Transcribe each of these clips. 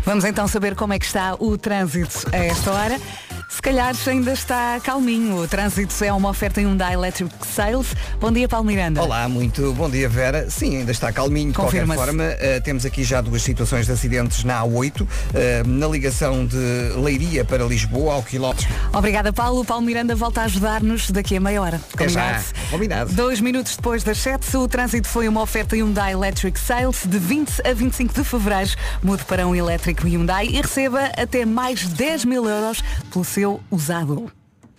Vamos então saber como é que está o trânsito a esta hora. Se calhar ainda está calminho. O trânsito é uma oferta Hyundai Electric Sales. Bom dia, Paulo Miranda. Olá, muito bom dia, Vera. Sim, ainda está calminho. De qualquer forma, temos aqui já duas situações de acidentes na A8, na ligação de Leiria para Lisboa, ao quilómetro. Obrigada, Paulo. O Paulo Miranda volta a ajudar-nos daqui a meia hora. Combinado? Combinado. 2 minutos depois das 7, o trânsito foi uma oferta Hyundai Electric Sales de 20 a 25 de fevereiro. Mude para um elétrico Hyundai e receba até mais 10 mil euros pelo seu usado.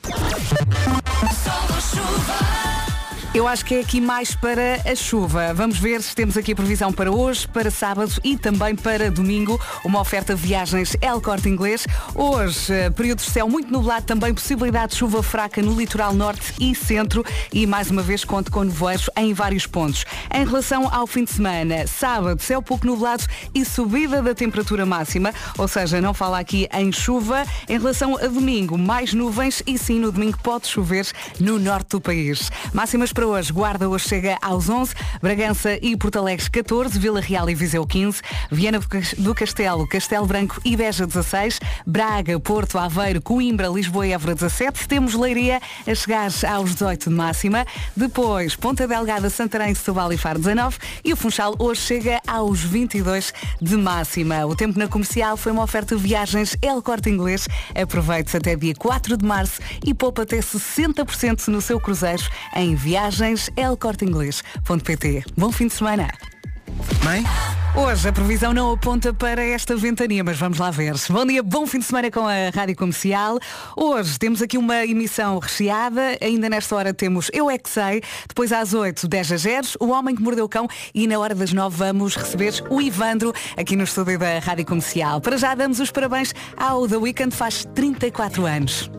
Eu acho que é aqui mais para a chuva. Vamos ver se temos aqui a previsão para hoje, para sábado e também para domingo. Uma oferta de viagens El Corte Inglês. Hoje, período de céu muito nublado, também possibilidade de chuva fraca no litoral norte e centro. E mais uma vez conto com nevoeiros em vários pontos. Em relação ao fim de semana, sábado, céu pouco nublado e subida da temperatura máxima. Ou seja, não fala aqui em chuva. Em relação a domingo, mais nuvens e sim, no domingo pode chover no norte do país. Máximas para hoje, Guarda hoje chega aos 11, Bragança e Porto Alegre 14, Vila Real e Viseu 15, Viana do Castelo, Castelo Branco e Beja 16, Braga, Porto, Aveiro, Coimbra, Lisboa e Évora 17, temos Leiria a chegar aos 18 de máxima, depois Ponta Delgada, Santarém, Setúbal e Faro 19 e o Funchal hoje chega aos 22 de máxima. O tempo na Comercial foi uma oferta de viagens El Corte Inglês. Aproveite-se até dia 4 de março e poupa até 60% no seu cruzeiro em viagenselcorteinglês.pt. Bom fim de semana. Mãe? Hoje a previsão não aponta para esta ventania, mas vamos lá ver. Bom dia, bom fim de semana com a Rádio Comercial. Hoje temos aqui uma emissão recheada. Ainda nesta hora temos Eu É Que Sei. Depois às 8, 10 a 0, O Homem que Mordeu o Cão. E na hora das 9 vamos receber o Ivandro aqui no estúdio da Rádio Comercial. Para já damos os parabéns ao The Weeknd, faz 34 anos.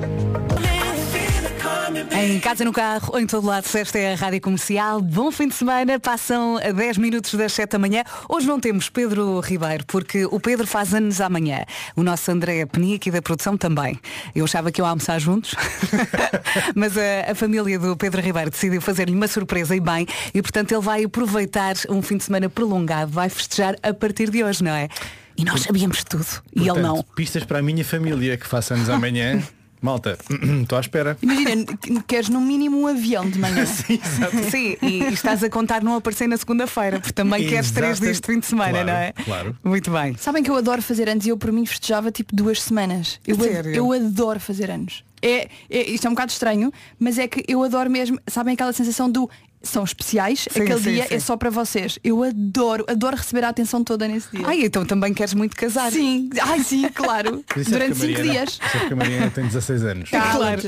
Em casa, no carro ou em todo lado, esta é a Rádio Comercial. Bom fim de semana, passam a 10 minutos das 7 da manhã. Hoje não temos Pedro Ribeiro, porque o Pedro faz anos amanhã. O nosso André Peni aqui da produção também. Eu achava que iam almoçar juntos, mas a família do Pedro Ribeiro decidiu fazer-lhe uma surpresa e bem, e portanto ele vai aproveitar um fim de semana prolongado, vai festejar a partir de hoje, não é? E nós sabíamos tudo, portanto, e ele não. Pistas para a minha família que faça anos amanhã. Malta, estou à espera. Imagina, queres no mínimo um avião de manhã. Sim, sim, e estás a contar não aparecer na segunda-feira, porque também queres 3 dias de fim de semana, claro, não é? Claro. Muito bem. Sabem que eu adoro fazer anos e eu por mim festejava tipo 2 semanas. Eu adoro fazer anos. Isto é um bocado estranho, mas é que eu adoro mesmo, sabem aquela sensação do são especiais, sim, aquele sim, dia sim. É só para vocês. Eu adoro receber a atenção toda nesse dia. Ai, então também queres muito casar. Sim, sim, claro. Durante 5 dias. Isso é porque a Mariana tem 16 anos. Claro.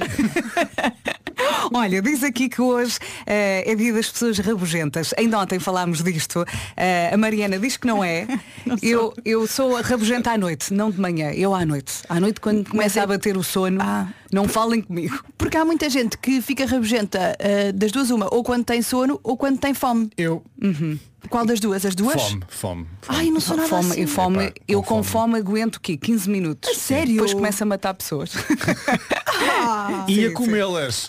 Olha, diz aqui que hoje é dia das pessoas rabugentas. Ainda ontem falámos disto. A Mariana diz que não é. Eu sou rabugenta à noite, não de manhã, eu à noite. À noite quando começa a bater o sono, não falem comigo. Porque há muita gente que fica rabugenta das duas uma, ou quando tem sono ou quando tem fome. Eu. Qual das duas? As duas? Fome. Ai, não sou nada fome, assim. Epá, eu com fome aguento o quê? 15 minutos. A sério? Depois começa a matar pessoas. E a comê-las.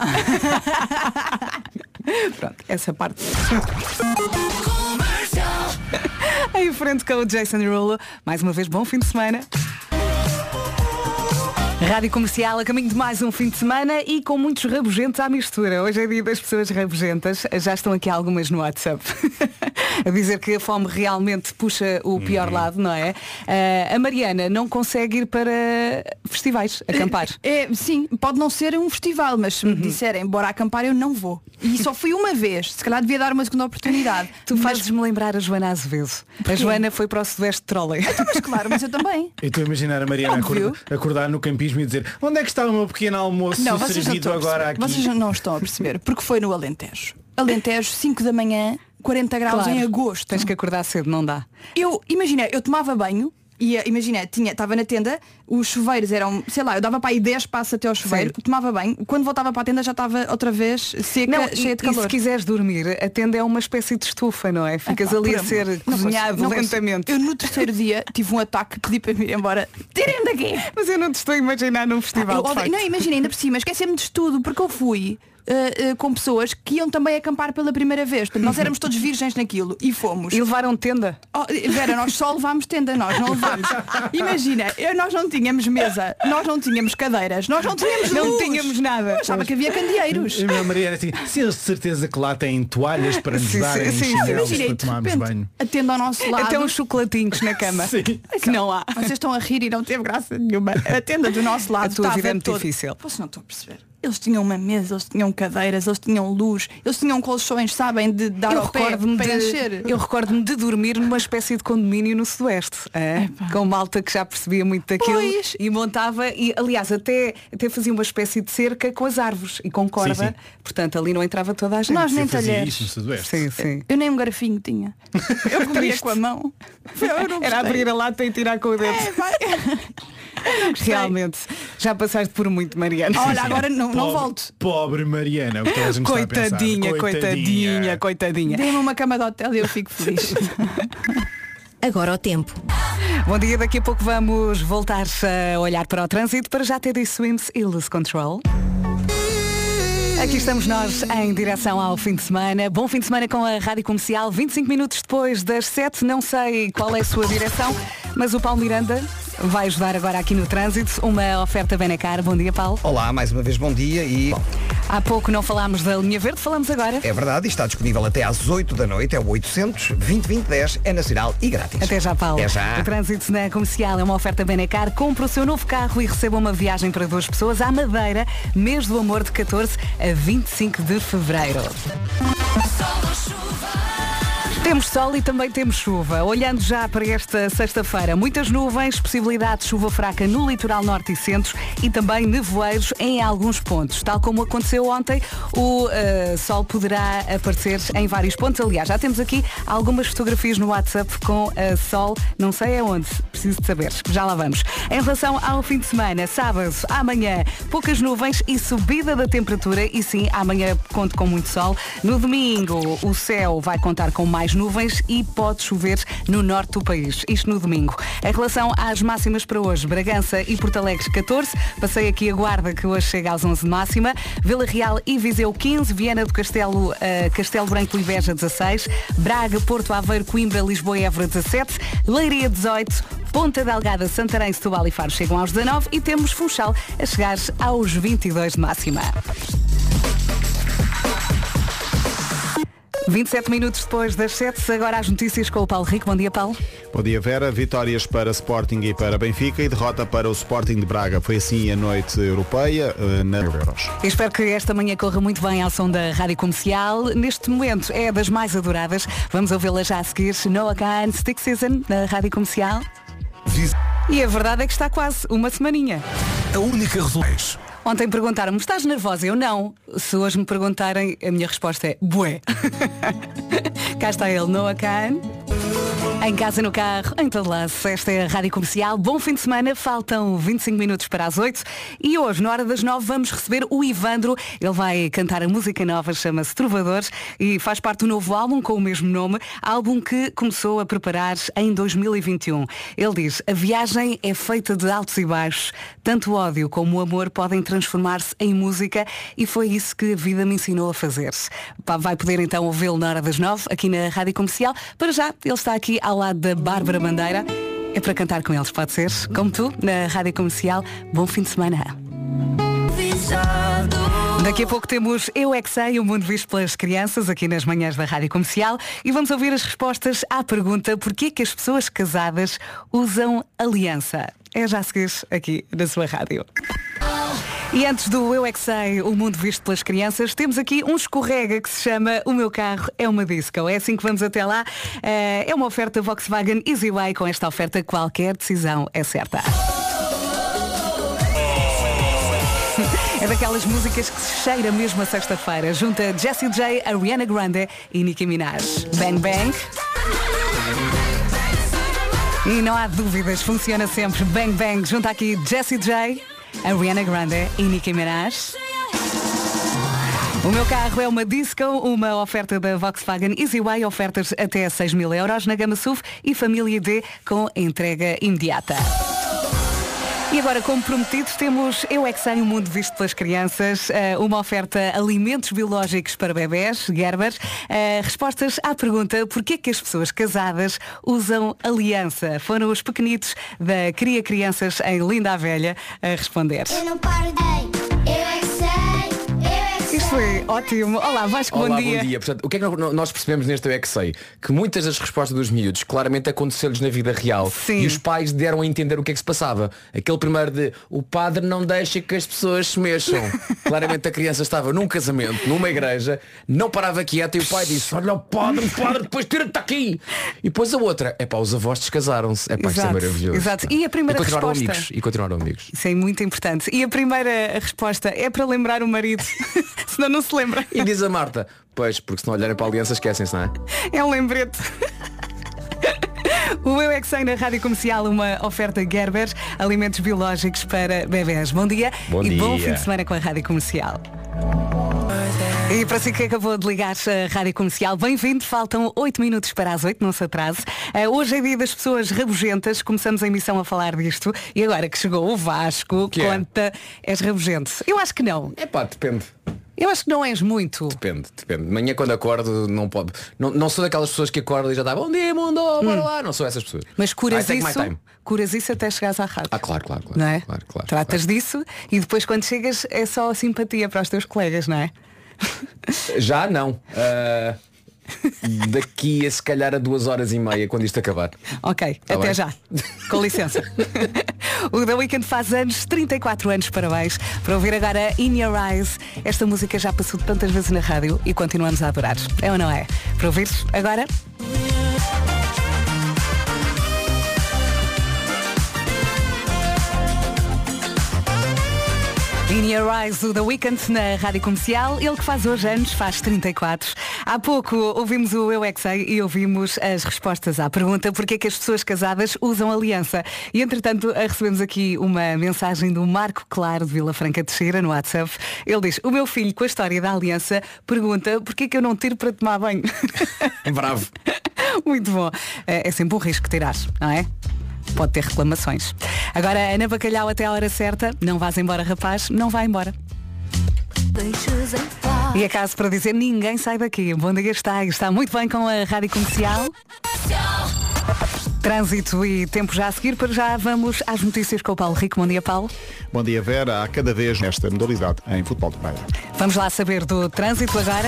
Pronto, essa parte. Em frente com o Jason Derulo. Mais uma vez, bom fim de semana. Rádio Comercial, a caminho de mais um fim de semana e com muitos rabugentos à mistura. Hoje é dia das pessoas rabugentas. Já estão aqui algumas no WhatsApp a dizer que a fome realmente puxa o pior lado, não é? A Mariana não consegue ir para festivais, acampar. Sim, pode não ser um festival, mas se me disserem bora acampar eu não vou. E só fui uma vez, se calhar devia dar uma segunda oportunidade. Tu fazes-me lembrar a Joana Azevedo. A Joana foi para o Sudoeste de Trolley. Mas claro, mas eu também. Eu estou a imaginar a Mariana acordar no campismo e dizer onde é que está o meu pequeno almoço servido agora aqui? Vocês não estão a perceber, porque foi no Alentejo. Alentejo, 5 da manhã, 40 graus em agosto. Tens que acordar cedo, não dá. Eu tomava banho e estava na tenda, os chuveiros eram, sei lá, eu dava para aí 10 passos até ao chuveiro, tomava banho, quando voltava para a tenda já estava outra vez seca, cheia de calor. E se quiseres dormir, a tenda é uma espécie de estufa, não é? Ficas ali a ser cozinhado lentamente. Eu no terceiro dia tive um ataque, pedi para me ir embora. Tirem-me daqui! Mas eu não te estou a imaginar num festival. Não, imagina, ainda por cima, esqueci-me de tudo, porque eu fui com pessoas que iam também acampar pela primeira vez. Portanto, nós éramos todos virgens naquilo e fomos. E levaram tenda? Oh, Vera, nós só levámos tenda, nós não levámos. Imagina, nós não tínhamos mesa, nós não tínhamos cadeiras, nós não tínhamos luz. Não tínhamos nada. Eu achava que havia candeeiros. E a minha Maria era assim, sim, de certeza que lá têm toalhas para nos darem chinelos para tomarmos banho. A tenda ao nosso lado. Até uns chocolatinhos na cama. Sim. Que não há. Vocês estão a rir e não teve graça nenhuma. A tenda do nosso lado. A tua vida é muito difícil. Vocês não estão a perceber. Eles tinham uma mesa, eles tinham cadeiras, eles tinham luz, eles tinham colchões, sabem, de dar ao pé para encher. Eu recordo-me de dormir numa espécie de condomínio no Sudoeste, com malta que já percebia muito daquilo. Pois. E montava, e aliás até fazia uma espécie de cerca com as árvores e com corda. Sim. Portanto, ali não entrava toda a gente. Nós nem Fazia talheres. isso no Sudoeste. Sim. Eu nem um garfinho tinha. Eu comia com a mão. Era abrir a lata e tirar com o dedo. Realmente, já passaste por muito, Mariana. Olha, agora não volto. Pobre Mariana, o que a gente está a pensar. Coitadinha. Dê-me uma cama de hotel e eu fico feliz. Agora o tempo. Bom dia, daqui a pouco vamos voltar a olhar para o trânsito para já ter Swims e Lose Control. Aqui estamos nós em direção ao fim de semana. Bom fim de semana com a Rádio Comercial. 25 minutos depois das 7. Não sei qual é a sua direção, mas o Paulo Miranda vai ajudar agora aqui no trânsito. Uma oferta Benacar. Bom dia, Paulo. Olá, mais uma vez bom dia e... Há pouco não falámos da linha verde, falamos agora. É verdade, está disponível até às 8 da noite, é o 800 2010, é nacional e grátis. Até já, Paulo. Até já. O trânsito na Comercial é uma oferta Benacar. Compre o seu novo carro e receba uma viagem para 2 pessoas à Madeira, mês do amor, de 14 a 25 de fevereiro. Temos sol e também temos chuva. Olhando já para esta sexta-feira, muitas nuvens, possibilidade de chuva fraca no litoral norte e centro e também nevoeiros em alguns pontos. Tal como aconteceu ontem, o sol poderá aparecer em vários pontos. Aliás, já temos aqui algumas fotografias no WhatsApp com sol, não sei aonde, preciso de saber. Já lá vamos. Em relação ao fim de semana, sábado, amanhã, poucas nuvens e subida da temperatura e sim, amanhã conto com muito sol. No domingo, o céu vai contar com mais nuvens e pode chover no norte do país. Isto no domingo. Em relação às máximas para hoje, Bragança e Porto Alegre 14, passei aqui a Guarda que hoje chega aos 11 de máxima, Vila Real e Viseu 15, Viana do Castelo, Castelo Branco e Beja 16, Braga, Porto Aveiro, Coimbra, Lisboa e Évora 17, Leiria 18, Ponta Delgada, Santarém, Setúbal e Faro chegam aos 19 e temos Funchal a chegar aos 22 de máxima. 27 minutos depois das 7, agora as notícias com o Paulo Rico. Bom dia, Paulo. Bom dia, Vera. Vitórias para Sporting e para Benfica e derrota para o Sporting de Braga. Foi assim a noite europeia na Euros. Espero que esta manhã corra muito bem ao som da Rádio Comercial. Neste momento é das mais adoradas. Vamos ouvi-la já a seguir. Noah Kahan, Stick Season, na Rádio Comercial. E a verdade é que está quase uma semaninha. A única resolução. Ontem perguntaram-me, estás nervosa? Eu não. Se hoje me perguntarem, a minha resposta é bué. Cá está ele, Noah Kahan. Em casa, no carro, em todo lado. Esta é a Rádio Comercial. Bom fim de semana. Faltam 25 minutos para as 8. E hoje, na hora das 9, vamos receber o Ivandro. Ele vai cantar a música nova, chama-se Trovadores. E faz parte do novo álbum com o mesmo nome. Álbum que começou a preparar em 2021. Ele diz, a viagem é feita de altos e baixos. Tanto o ódio como o amor podem transformar-se em música. E foi isso que a vida me ensinou a fazer. Vai poder então ouvi-lo na hora das 9, aqui na Rádio Comercial. Para já, ele está aqui ao lado da Bárbara Bandeira. É para cantar com eles, pode ser? Como tu, na Rádio Comercial. Bom fim de semana. Daqui a pouco temos Eu é que Sei, o mundo visto pelas crianças, aqui nas manhãs da Rádio Comercial. E vamos ouvir as respostas à pergunta: porquê que as pessoas casadas usam aliança? É já a seguir aqui na sua rádio. E antes do Eu é que Sei, o mundo visto pelas crianças, temos aqui um escorrega que se chama O Meu Carro é uma Disco. É assim que vamos até lá. É uma oferta Volkswagen Easyway. Com esta oferta, qualquer decisão é certa. É daquelas músicas que se cheira mesmo a sexta-feira. Junta Jessie J, Ariana Grande e Nicki Minaj. Bang Bang. E não há dúvidas, funciona sempre. Bang Bang, junta aqui Jessie J, Ariana Grande e Nicki Minaj. O Meu Carro é uma Disco, uma oferta da Volkswagen Easyway, ofertas até 6.000 euros na gama SUV e família D com entrega imediata. E agora, como prometido, temos Eu é que Sei, o mundo visto pelas crianças, uma oferta alimentos biológicos para bebés, Gerber. Respostas à pergunta: porquê que as pessoas casadas usam aliança? Foram os pequenitos da Cria Crianças em Linda a Velha a responder. Eu não paro de... Eu é que sei. Isto foi ótimo. Olá, Vasco, Olá, bom dia. Bom dia. Portanto, o que é que nós percebemos neste Eu é que Sei? Que muitas das respostas dos miúdos claramente aconteceu-lhes na vida real. Sim. E os pais deram a entender o que é que se passava. Aquele primeiro de o padre não deixa que as pessoas se mexam. Claramente a criança estava num casamento, numa igreja, não parava quieta e o pai disse: olha o padre, depois tira-te daqui. E depois a outra, é pá, os avós descasaram-se. É pá, isto é maravilhoso. Exato. E a primeira resposta? E continuaram amigos. Isso é muito importante. E a primeira resposta é para lembrar o marido. Senão não se lembra. E diz a Marta: pois, porque se não olharem para a aliança esquecem-se, não é? É um lembrete. O Eu é que Sei na Rádio Comercial, uma oferta Gerber, alimentos biológicos para bebés. Bom dia. Bom e dia. Bom fim de semana com a Rádio Comercial. E para si que acabou de ligar a Rádio Comercial, bem-vindo. Faltam 8 minutos para as 8, não se atrase. Hoje é dia das pessoas rabugentas. Começamos a emissão a falar disto. E agora que chegou o Vasco, que conta, és rabugente? Eu acho que não. É pá, depende. Eu acho que não és muito. Depende. De manhã quando acordo não pode. Não sou daquelas pessoas que acordam e já dá bom dia, mundo, bora lá. Não sou essas pessoas. Mas curas isso até chegares à rádio. Claro. Não é? Claro. Tratas disso e depois quando chegas é só simpatia para os teus colegas, não é? Já não. Daqui a se calhar a 2h30 quando isto acabar. Ok, Tá até bem? já. Com licença. O The Weeknd faz anos, 34 anos, parabéns. Para ouvir agora In Your Eyes. Esta música já passou tantas vezes na rádio e continuamos a adorar. É ou não é? Para ouvir agora? In Your Eyes, o The Weeknd na Rádio Comercial. Ele que faz hoje anos, faz 34. Há pouco ouvimos o Eu é que Sei e ouvimos as respostas à pergunta: porquê que as pessoas casadas usam aliança? E entretanto recebemos aqui uma mensagem do Marco Claro de Vila Franca de Xira no WhatsApp. Ele diz: o meu filho, com a história da aliança, pergunta porquê que eu não tiro para tomar banho. Bravo. Muito bom. É sempre um risco tirar, não é? Pode ter reclamações. Agora, Ana Bacalhau, até à hora certa. Não vás embora, rapaz. Não vá embora. E acaso para dizer, ninguém sai daqui. Bom dia, está muito bem com a Rádio Comercial. Trânsito e tempo já a seguir. Para já vamos às notícias com o Paulo Rico. Bom dia, Paulo. Bom dia, Vera. Há cada vez nesta modalidade em futebol de praia. Vamos lá saber do trânsito agora.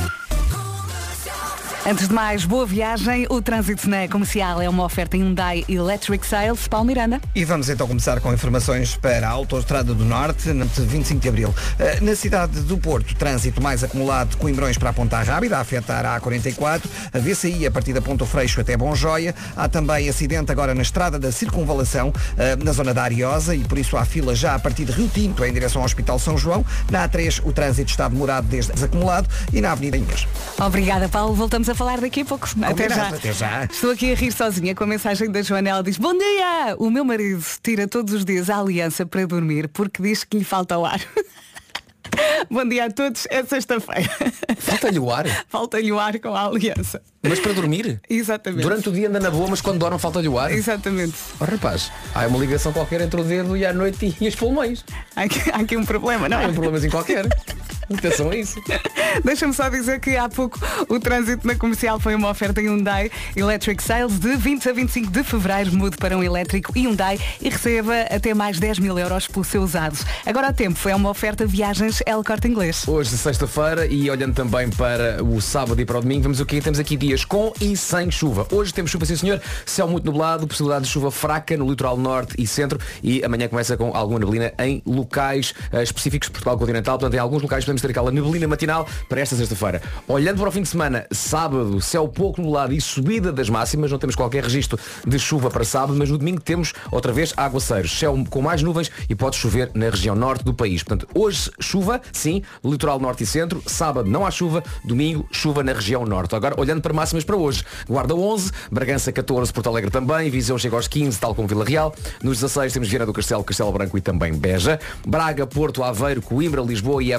Antes de mais, boa viagem. O trânsito na Comercial é uma oferta Hyundai Electric Sales. Paulo Miranda. E vamos então começar com informações para a Autostrada do Norte, no 25 de Abril. Na cidade do Porto, trânsito mais acumulado de Coimbrões para a Ponta Rábida, a afetar a A44, a VCI a partir da Ponto Freixo até Bom Joia. Há também acidente agora na estrada da Circunvalação, na zona da Ariosa, e por isso há fila já a partir de Rio Tinto, em direção ao Hospital São João. Na A3, o trânsito está demorado desde desacumulado e na Avenida Inês. Obrigada, Paulo. Voltamos a falar daqui a pouco. Até já. Estou aqui a rir sozinha com a mensagem da Joana. Ela diz: bom dia! O meu marido tira todos os dias a aliança para dormir porque diz que lhe falta o ar. Bom dia a todos, é sexta-feira. Falta-lhe o ar? Falta-lhe o ar com a aliança. Mas para dormir? Exatamente. Durante o dia anda na boa, mas quando dorme falta-lhe o ar? Exatamente. Oh, rapaz, há uma ligação qualquer entre o dedo e a noite e os pulmões. Há aqui um problema, não é? Há um problemazinho qualquer. Atenção a isso. Deixa-me só dizer que há pouco o trânsito na Comercial foi uma oferta Hyundai Electric Sales. De 20 a 25 de fevereiro mude para um elétrico Hyundai e receba até mais 10.000 euros pelo seu usado. Agora o tempo foi uma oferta Viagens El Corte Inglês. Hoje, sexta-feira, e olhando também para o sábado e para o domingo, vamos o quê? Temos aqui dias com e sem chuva. Hoje temos chuva, sim senhor, céu muito nublado, possibilidade de chuva fraca no litoral norte e centro, e amanhã começa com alguma neblina em locais específicos de Portugal continental. Portanto, em alguns locais podemos ter aquela neblina matinal para esta sexta-feira. Olhando para o fim de semana, sábado, céu pouco nublado e subida das máximas, não temos qualquer registro de chuva para sábado, mas no domingo temos outra vez aguaceiros, céu com mais nuvens e pode chover na região norte do país. Portanto, hoje chuva, sim, litoral norte e centro, sábado não há chuva, domingo chuva na região norte. Agora, olhando para máximas para hoje, Guarda 11, Bragança 14, Porto Alegre também, Viseu chega aos 15, tal como Vila Real, nos 16 temos Viana do Castelo, Castelo Branco e também Beja, Braga, Porto, Aveiro, Coimbra, Lisboa e Évora, tudo nos 17.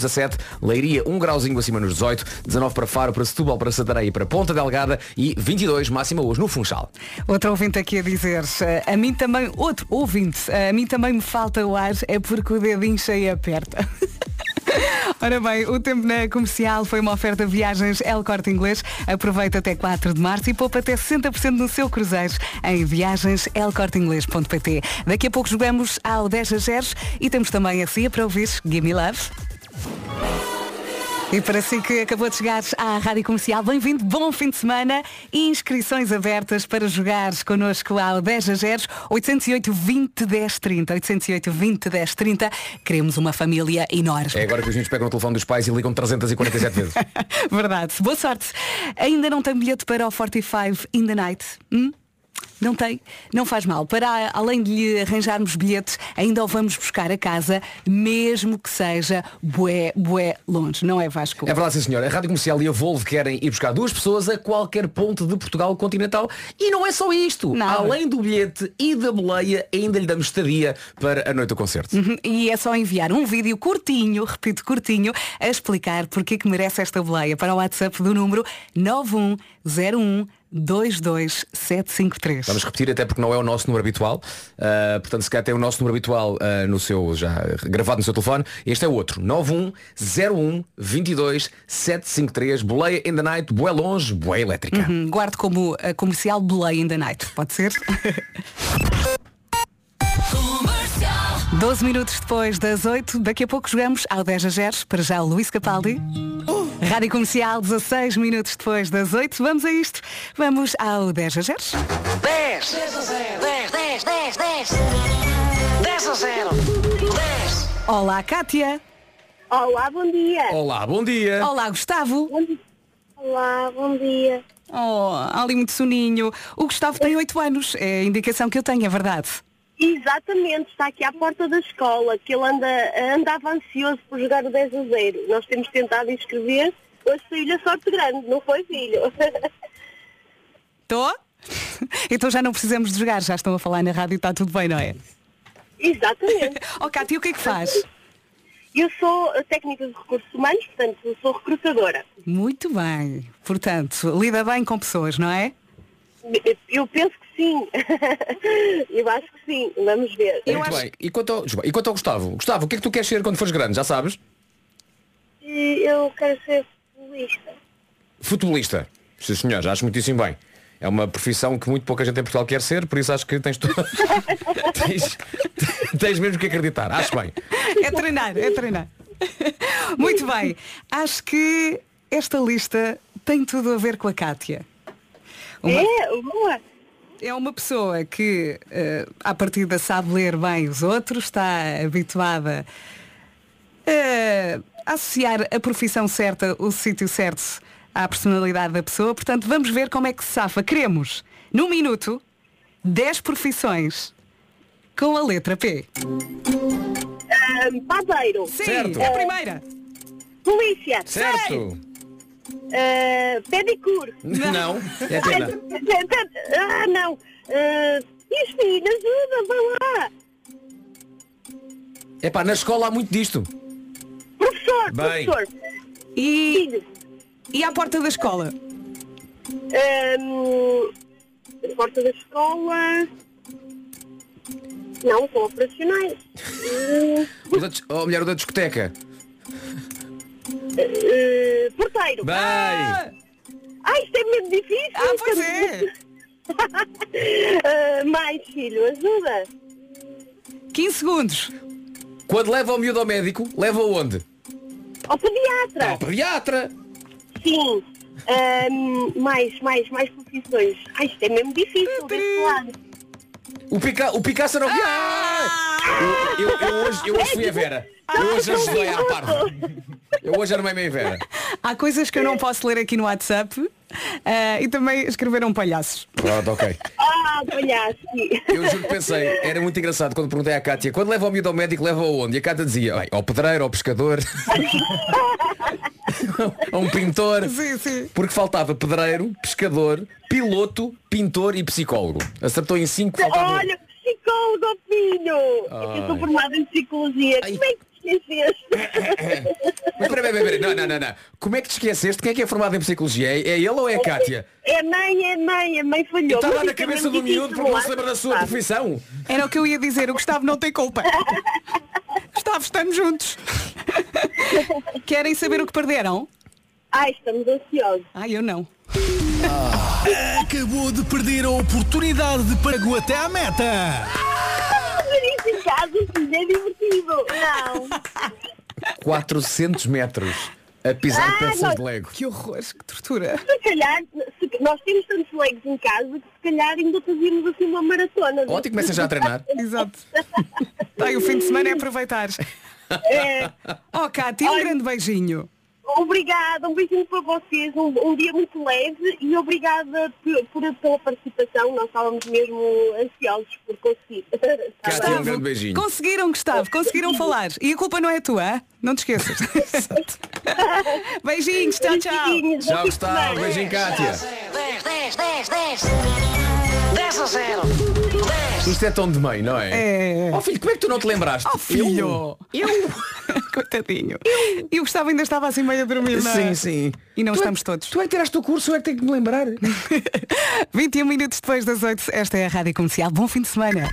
17, Leiria 1 grauzinho acima nos 18, 19 para Faro, para Setúbal, para Santarém e para Ponta Delgada e 22 máxima hoje no Funchal. Outro ouvinte aqui a dizer, a mim também, outro ouvinte, a mim também me falta o ar, é porque o dedo incha e aperta. Ora bem, o tempo na Comercial foi uma oferta de viagens El Corte Inglês. Aproveita até 4 de março e poupa até 60% no seu cruzeiro em viagenselcorteinglês.pt. Daqui a pouco jogamos ao 10-0 e temos também a Cia para ouvir Give Me Love. E para si que acabou de chegar à Rádio Comercial, bem-vindo, bom fim de semana. Inscrições abertas para jogar connosco ao 10-0, 808 20 10 30, 808 20 10 30. Queremos uma família enorme. É agora que os meninos pegam o telefone dos pais e ligam 347 vezes. Verdade. Boa sorte. Ainda não tem bilhete para o 45 in the Night? Não tem? Não faz mal. Para além de lhe arranjarmos bilhetes, ainda o vamos buscar a casa, mesmo que seja bué longe. Não é, Vasco? É verdade, sim, senhor. A Rádio Comercial e a Volvo querem ir buscar 2 pessoas a qualquer ponto de Portugal continental. E não é só isto. Não. Além do bilhete e da boleia, ainda lhe damos estadia para a noite do concerto. E é só enviar um vídeo curtinho, repito, curtinho, a explicar porque que merece esta boleia para o WhatsApp do número 9101 22753. Vamos repetir, até porque não é o nosso número habitual. Portanto, se calhar tem o nosso número habitual no seu, já gravado no seu telefone. Este é o outro, 9101 22753. Boleia in the night, bué longe, bué elétrica. Guarde como a Comercial Boleia in the night. Pode ser? 12 minutos depois das 8, daqui a pouco jogamos ao 10-0. Para já o Luís Capaldi. Rádio Comercial, 16 minutos depois das 8. Vamos a isto. Vamos ao 10-0. 10 a 0. 10. Olá, Cátia. Olá, bom dia. Olá, bom dia. Olá, Gustavo. Olá, bom dia. Oh, há ali muito soninho. O Gustavo tem 8 anos. É a indicação que eu tenho, é verdade. Exatamente, está aqui à porta da escola, que ele andava ansioso por jogar o 10 a 0. Nós temos tentado inscrever, hoje saiu-lhe a sorte grande, não foi, filho? Estou? Então já não precisamos de jogar, já estão a falar na rádio e está tudo bem, não é? Exatamente. Oh, Cátia, o que é que faz? Eu sou técnica de recursos humanos, portanto, eu sou recrutadora. Muito bem. Portanto, lida bem com pessoas, não é? Eu penso que sim. Eu acho que sim. Vamos ver. Muito bem. E quanto ao Gustavo? Gustavo, o que é que tu queres ser quando fores grande? Já sabes? Eu quero ser futebolista. Futebolista? Sim, senhor, já acho muitíssimo bem. É uma profissão que muito pouca gente em Portugal quer ser, por isso acho que tens tens mesmo que acreditar. Acho bem. É treinar. Muito bem. Acho que esta lista tem tudo a ver com a Cátia. É uma pessoa que à partida sabe ler bem os outros, está habituada a associar a profissão certa, o sítio certo à personalidade da pessoa. Portanto, vamos ver como é que se safa. Queremos, num minuto, 10 profissões com a letra P. Padeiro. Sim, certo. É a primeira. Polícia. Certo. Pedicure. Não. É pena. Não. Diz, filho, ajuda, vai lá. Epá, na escola há muito disto. Professor. Bem. Professor. E à porta da escola? A porta da escola... Não, são operacionais. Ou melhor, o da discoteca. Porteiro. Bem. Isto é mesmo difícil. Pois é. Mais, filho, ajuda. 15 segundos. Quando leva o miúdo ao médico, leva onde? Ao pediatra. Ao pediatra. Sim. Mais profissões. Isto é mesmo difícil desse lado. O Picasso não... Eu hoje fui a Vera. Eu hoje ajudei à parva. Eu hoje armei meio Vera. Há coisas que eu não posso ler aqui no WhatsApp e também escreveram palhaços. Pronto, ok. Palhaço. Eu juro que pensei, era muito engraçado quando perguntei à Cátia, quando leva o miúdo ao médico, leva aonde? E a Cátia dizia, ao pedreiro, ao pescador, a um pintor. Sim. Porque faltava pedreiro, pescador, piloto, pintor e psicólogo. Acertou em 5. Olha, psicólogo, filho. Eu sou formada em psicologia. Como é que te esqueceste? Espera. Não. Como é que te esqueceste? Quem é que é formado em psicologia? É ele ou é a Cátia? É a mãe falhou. Está lá na cabeça do miúdo porque não se lembra da sua profissão. Era o que eu ia dizer, o Gustavo não tem culpa. Gustavo, estamos juntos. Querem saber o que perderam? Estamos ansiosos. Eu não. Acabou de perder a oportunidade de pago até à meta. Isso em casa, filho, é divertido. Não. 400 metros a pisar peças de Lego. Que horror, que tortura. Se calhar, nós temos tantos Legos em casa que se calhar ainda fazíamos assim uma maratona. Ontem começa já a treinar. Exato. O fim de semana é aproveitar. Cátia, um grande beijinho. Obrigada, um beijinho para vocês, um dia muito leve e obrigada pela participação, nós estávamos mesmo ansiosos por conseguir. Cátia, um grande beijinho. Conseguiram, Gustavo, conseguiram falar. E a culpa não é tua, hein? Não te esqueças. Beijinhos, tchau. Tchau, Gustavo, beijinho, Cátia. 10 a 0. Isto é tom de mãe, não é? Filho, como é que tu não te lembraste? Filho. Eu? Coitadinho. E o Gustavo ainda estava assim meio a dormir, não é? Sim. E não estamos todos. Tu é que tiraste o curso, eu é que tenho que me lembrar. 21 minutos depois das 8, esta é a Rádio Comercial. Bom fim de semana.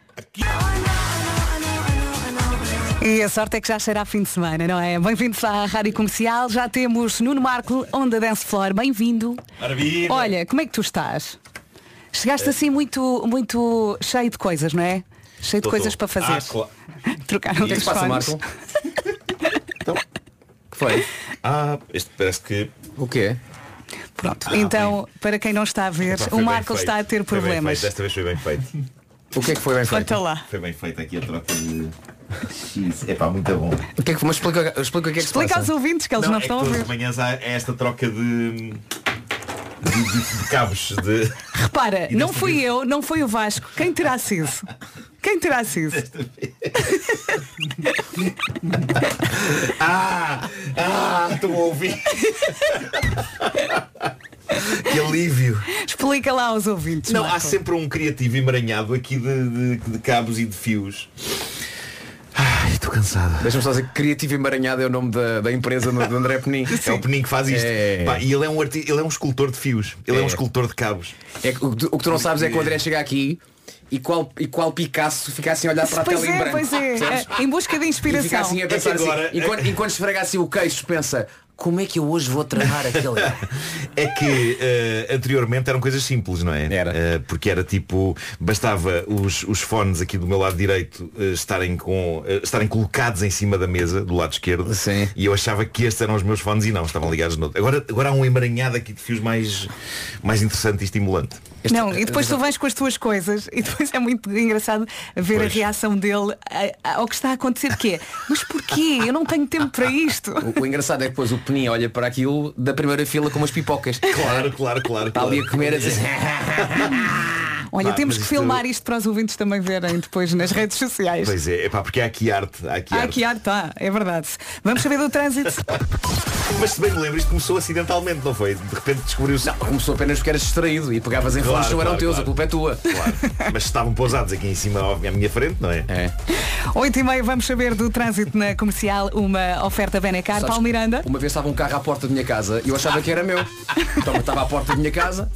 E a sorte é que já cheira a fim de semana, não é? Bem-vindos à Rádio Comercial. Já temos Nuno Marco, on the dance floor. Bem-vindo. Maravilha. Olha, como é que tu estás? Chegaste assim muito cheio de coisas, não é? Cheio de coisas para fazer. Claro. Trocaram os fones. Então, que foi? Este parece que... O quê? Pronto, então, para quem não está a ver, o Marco está a ter problemas. Desta vez foi bem feito. O que é que foi bem feito? Conta lá. Foi bem feito aqui a troca de X. Muito bom. O que é que, mas explica o que é que se passa. Explica aos ouvintes que eles não estão a ver. Todas as manhãs há esta troca de cabos. Repara, não fui eu, não foi o Vasco. Quem terá sido? Estou a ouvir. Que alívio. Explica lá aos ouvintes. Não, Marco. há sempre um criativo emaranhado aqui de cabos e de fios. Estou cansado. Deixa-me só dizer que Criativo Emaranhado é o nome da empresa do André Penin. É o Penin que faz isto. E ele é um escultor de fios. Ele é um escultor de cabos. O que tu não sabes é que o André chega aqui e qual Picasso fica assim a olhar para a tela em branco. Pois é, em busca de inspiração. E fica assim a pensar agora, assim, enquanto esfrega assim o queixo, pensa, como é que eu hoje vou tramar aquele? É que anteriormente eram coisas simples, não é? Era. Porque era tipo, bastava os fones aqui do meu lado direito estarem colocados em cima da mesa, do lado esquerdo. Sim. E eu achava que estes eram os meus fones e não, estavam ligados no outro. Agora há um emaranhado aqui de fios mais interessante e estimulante. E depois tu vens com as tuas coisas e depois é muito engraçado ver a reação dele ao que está a acontecer, que é, mas porquê? Eu não tenho tempo para isto. O engraçado é que depois o Peninha olha para aquilo da primeira fila com umas pipocas. Claro. Está ali a comer a dizer... Olha, temos que filmar isto para os ouvintes também verem depois nas redes sociais. Pois é, porque há aqui arte. É verdade. Vamos saber do trânsito. Mas se bem me lembro, isto começou acidentalmente, não foi? De repente descobriu-se. Não, começou apenas porque eras distraído e pegavas em fones que não eram teus, a culpa é tua. Claro. Mas estavam pousados aqui em cima à minha frente, não é? 8h30, vamos saber do trânsito na Comercial, uma oferta Benecar. Paulo Miranda. Uma vez estava um carro à porta da minha casa e eu achava que era meu. Então estava à porta da minha casa.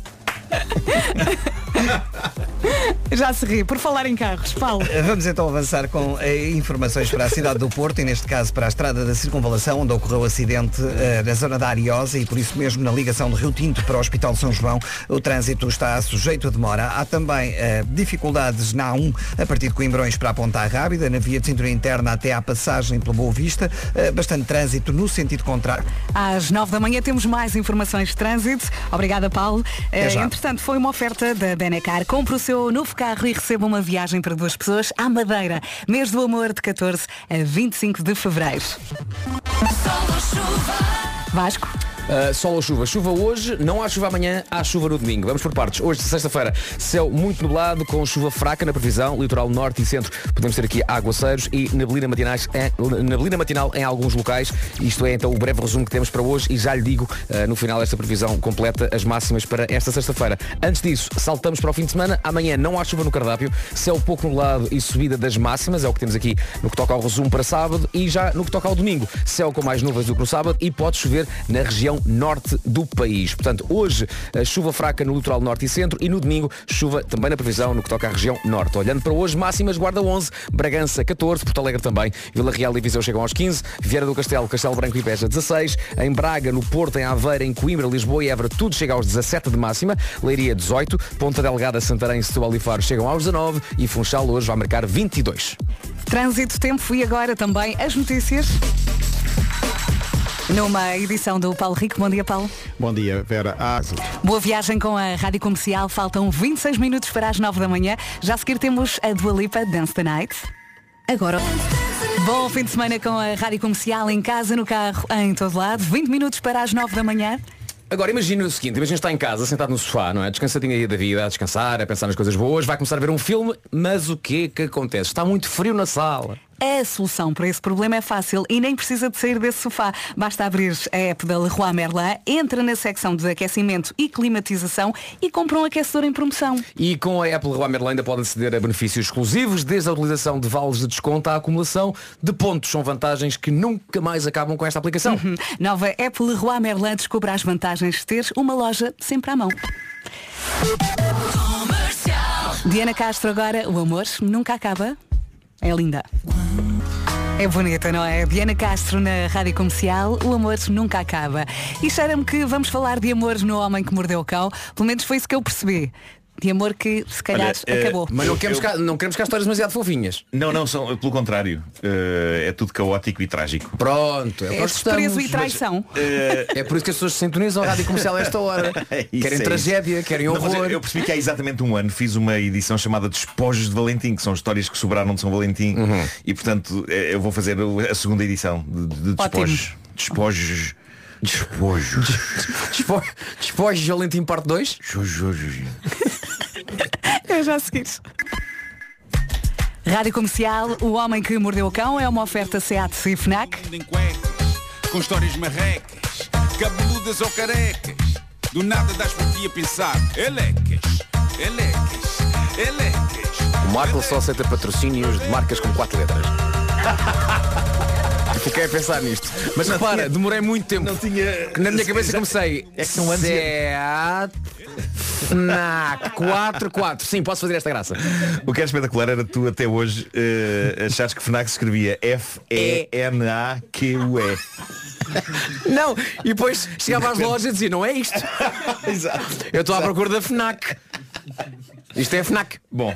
Já se ri. Por falar em carros, Paulo. Vamos então avançar com informações para a cidade do Porto e neste caso para a estrada da Circunvalação, onde ocorreu o acidente na zona da Ariosa e por isso mesmo na ligação de Rio Tinto para o Hospital São João o trânsito está sujeito a demora. Há também dificuldades na A1 a partir de Coimbrões para a Ponta Rábida, na via de cintura interna até à passagem pela Boa Vista, bastante trânsito no sentido contrário. Às 9 da manhã temos mais informações de trânsito. Obrigada, Paulo. Entretanto, foi uma oferta da Benecar. Compre o seu novo carro e receba uma viagem para 2 pessoas à Madeira. Mês do amor de 14 a 25 de fevereiro. Vasco. Sol ou chuva? Chuva hoje, não há chuva amanhã, há chuva no domingo. Vamos por partes. Hoje, sexta-feira, céu muito nublado, com chuva fraca na previsão, litoral norte e centro. Podemos ter aqui aguaceiros e neblina matinal em alguns locais. Isto é então o breve resumo que temos para hoje e já lhe digo no final desta previsão completa as máximas para esta sexta-feira. Antes disso, saltamos para o fim de semana. Amanhã não há chuva no cardápio, céu pouco nublado e subida das máximas, é o que temos aqui no que toca ao resumo para sábado. E já no que toca ao domingo, céu com mais nuvens do que no sábado e pode chover na região norte do país. Portanto, hoje chuva fraca no litoral norte e centro e no domingo chuva também na previsão no que toca à região norte. Olhando para hoje, máximas: Guarda 11, Bragança 14, Porto Alegre também, Vila Real e Viseu chegam aos 15, Vieira do Castelo, Castelo Branco e Beja 16, em Braga, no Porto, em Aveiro, em Coimbra, Lisboa e Évora tudo chega aos 17 de máxima, Leiria 18, Ponta Delgada, Santarém, Setúbal e Faro chegam aos 19 e Funchal hoje vai marcar 22. Trânsito, tempo e agora também as notícias. Numa edição do Paulo Rico. Bom dia, Paulo. Bom dia, Vera. Boa viagem com a Rádio Comercial. Faltam 26 minutos para as 9 da manhã. Já a seguir temos a Dua Lipa, Dance the Night. Agora. Bom fim de semana com a Rádio Comercial, em casa, no carro, em todo lado. 20 minutos para as 9 da manhã. Agora imagina o seguinte, imagina estar em casa, sentado no sofá, não é? Descansadinho aí da vida, a descansar, a pensar nas coisas boas, vai começar a ver um filme, mas o que acontece? Está muito frio na sala. A solução para esse problema é fácil e nem precisa de sair desse sofá. Basta abrir a app da Leroy Merlin, entra na secção de aquecimento e climatização e compra um aquecedor em promoção. E com a app Leroy Merlin ainda podem aceder a benefícios exclusivos, desde a utilização de vales de desconto à acumulação de pontos. São vantagens que nunca mais acabam com esta aplicação. Nova app Leroy Merlin, descubra as vantagens de ter uma loja sempre à mão. Diana Castro agora, o amor nunca acaba. É linda. É bonita, não é? Diana Castro na Rádio Comercial, o amor nunca acaba. E cheira-me que vamos falar de amor no Homem que Mordeu o Cão. Pelo menos foi isso que eu percebi. De amor que se calhar acabou. Mas não queremos cá histórias demasiado fofinhas. Não, são, pelo contrário. É tudo caótico e trágico. Pronto. É desprezo e traição. É por isso que as pessoas se sintonizam a Rádio Comercial a esta hora. Querem tragédia, querem horror. Eu percebi que há exatamente um ano fiz uma edição chamada Despojos de Valentim, que são histórias que sobraram de São Valentim. E portanto eu vou fazer a segunda edição de Despojos. Despojos de Valentim parte 2. Eu já segui. Rádio Comercial, o Homem que Mordeu o Cão é uma oferta SEAT e FNAC. Com histórias marrecas, cabeludas ou carecas, do nada das por ti a pensar. Elecas. O Marco só aceita patrocínios de marcas com 4 letras. Fiquei a pensar nisto. Mas repara, demorei muito tempo. Não tinha. Na minha cabeça comecei. É que são anos. FNAC 44. Sim, posso fazer esta graça. O que era espetacular era tu até hoje achares que FNAC se escrevia FENAQUE. Não, e depois chegava às lojas e dizia, não é isto. Exato. Eu estou à procura da FNAC. Isto é FNAC. Bom,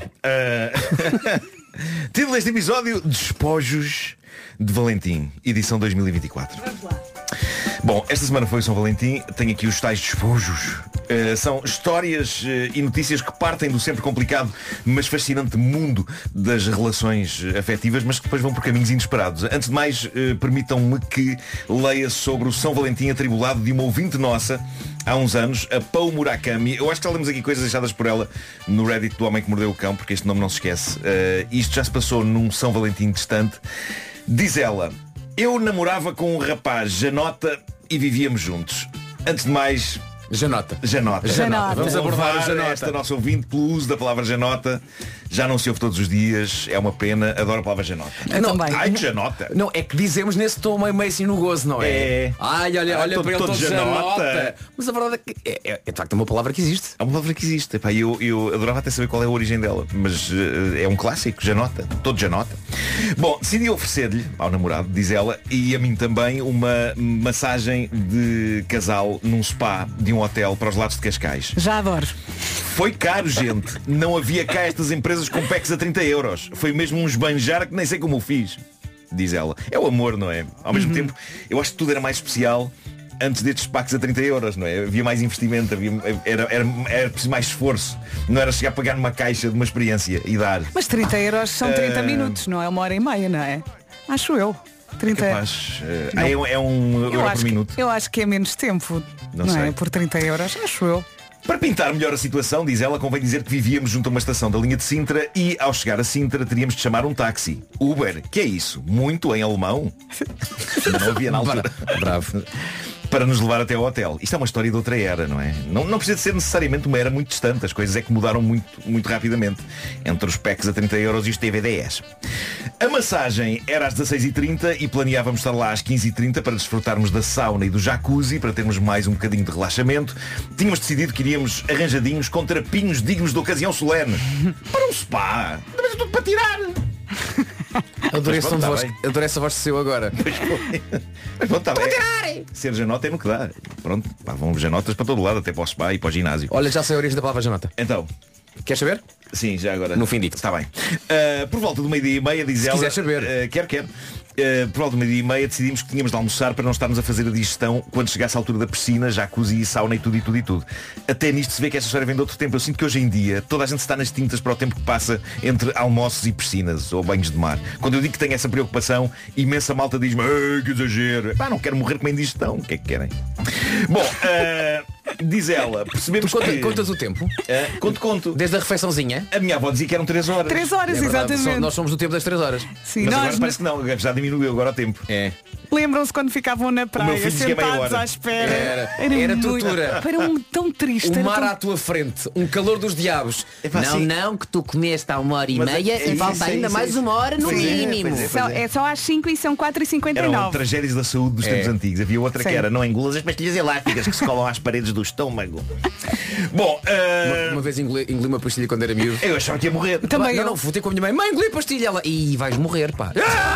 título deste episódio: Despojos de Valentim, edição 2024. Bom, esta semana foi o São Valentim. Tenho aqui os tais despojos. São histórias e notícias que partem do sempre complicado, mas fascinante mundo das relações afetivas, mas que depois vão por caminhos inesperados. Antes de mais, permitam-me que leia sobre o São Valentim atribulado de uma ouvinte nossa há uns anos, a Pau Murakami. Eu acho que já lemos aqui coisas deixadas por ela no Reddit do Homem que Mordeu o Cão, porque este nome não se esquece. Isto já se passou num São Valentim distante. Diz ela: eu namorava com um rapaz Janota e vivíamos juntos. Antes de mais, Janota. Vamos abordar esta nossa ouvinte pelo uso da palavra Janota. Já não se ouve todos os dias, é uma pena, adoro a palavra Janota. Ai, que Janota. Não, é que dizemos nesse tom meio assim no gozo, não é? Ai, olha para ele todo Janota. Mas a verdade é que é de facto uma palavra que existe. É uma palavra que existe. Epá, eu adorava até saber qual é a origem dela, mas é um clássico, Janota, todo Janota. Bom, decidi oferecer-lhe ao namorado, diz ela, e a mim também, uma massagem de casal num spa de um hotel para os lados de Cascais. Já adoro. Foi caro, gente. Não havia cá estas empresas com packs a 30 euros. Foi mesmo um esbanjar que nem sei como o fiz, diz ela. É o amor, não é? Ao mesmo tempo, eu acho que tudo era mais especial antes destes packs a 30 euros, não é? Havia mais investimento, era preciso mais esforço. Não era chegar a pagar numa caixa de uma experiência e dar. Mas 30 euros são 30 minutos, não é 1h30, não é? Acho eu. 30 capaz. É um euro por minuto. Eu acho que é menos tempo. Não sei. É? Por 30 euros, acho eu. Para pintar melhor a situação, diz ela, convém dizer que vivíamos junto a uma estação da linha de Sintra e, ao chegar a Sintra, teríamos de chamar um táxi. Uber, que é isso? Muito em alemão? Não havia na altura. Bravo. Para nos levar até ao hotel. Isto é uma história de outra era, não é? Não precisa de ser necessariamente uma era muito distante. As coisas é que mudaram muito, muito rapidamente. Entre os packs a 30 euros e os TVDs. A massagem era às 16h30 e planeávamos estar lá às 15h30 para desfrutarmos da sauna e do jacuzzi, para termos mais um bocadinho de relaxamento. Tínhamos decidido que iríamos arranjadinhos com trapinhos dignos de ocasião solene. Para um spa. Mas é tudo para tirar. Adorei essa voz de seu agora. Mas pronto, tá bem. Ser janota é no que dá. Pronto, pá, vão janotas para todo lado, até para o spa e para o ginásio. Olha, já sei a origem da palavra janota. Então, queres saber? Sim, já agora. No fim digo. Está bem. Por volta do 12h30, diz ela. Se quiser saber. Quero. Por volta do 12h30 decidimos que tínhamos de almoçar para não estarmos a fazer a digestão quando chegasse a altura da piscina, jacuzzi e sauna e tudo. Até nisto se vê que esta história vem de outro tempo. Eu sinto que hoje em dia toda a gente está nas tintas para o tempo que passa entre almoços e piscinas ou banhos de mar. Quando eu digo que tenho essa preocupação, imensa malta diz-me: que exagero. Pá, não quero morrer com uma indigestão. O que é que querem? Bom, diz ela, percebemos que... Contas o tempo? Conto. Desde a refeiçãozinha? A minha avó dizia que eram 3 horas. 3 horas, É exatamente. Nós somos do tempo das 3 horas. Sim, mas nós agora parece que não, já diminuiu agora o tempo. É. Lembram-se quando ficavam na praia, sentados à espera. Era tortura. Para tão triste. O mar à tua frente, um calor dos diabos. Não, que tu comeste há 1h30 e falta ainda mais 1 hora no mínimo. É só às 5 e são 4h59. Eram tragédias da saúde dos tempos antigos. Havia outra que era: não engulas as pastilhas elásticas que se colam às paredes do estômago. Bom, uma vez engoli uma pastilha quando era miúdo. Eu achava que ia morrer. Também não, fui ter com a minha mãe: mãe, engoli a pastilha. Ela: e vais morrer, pá.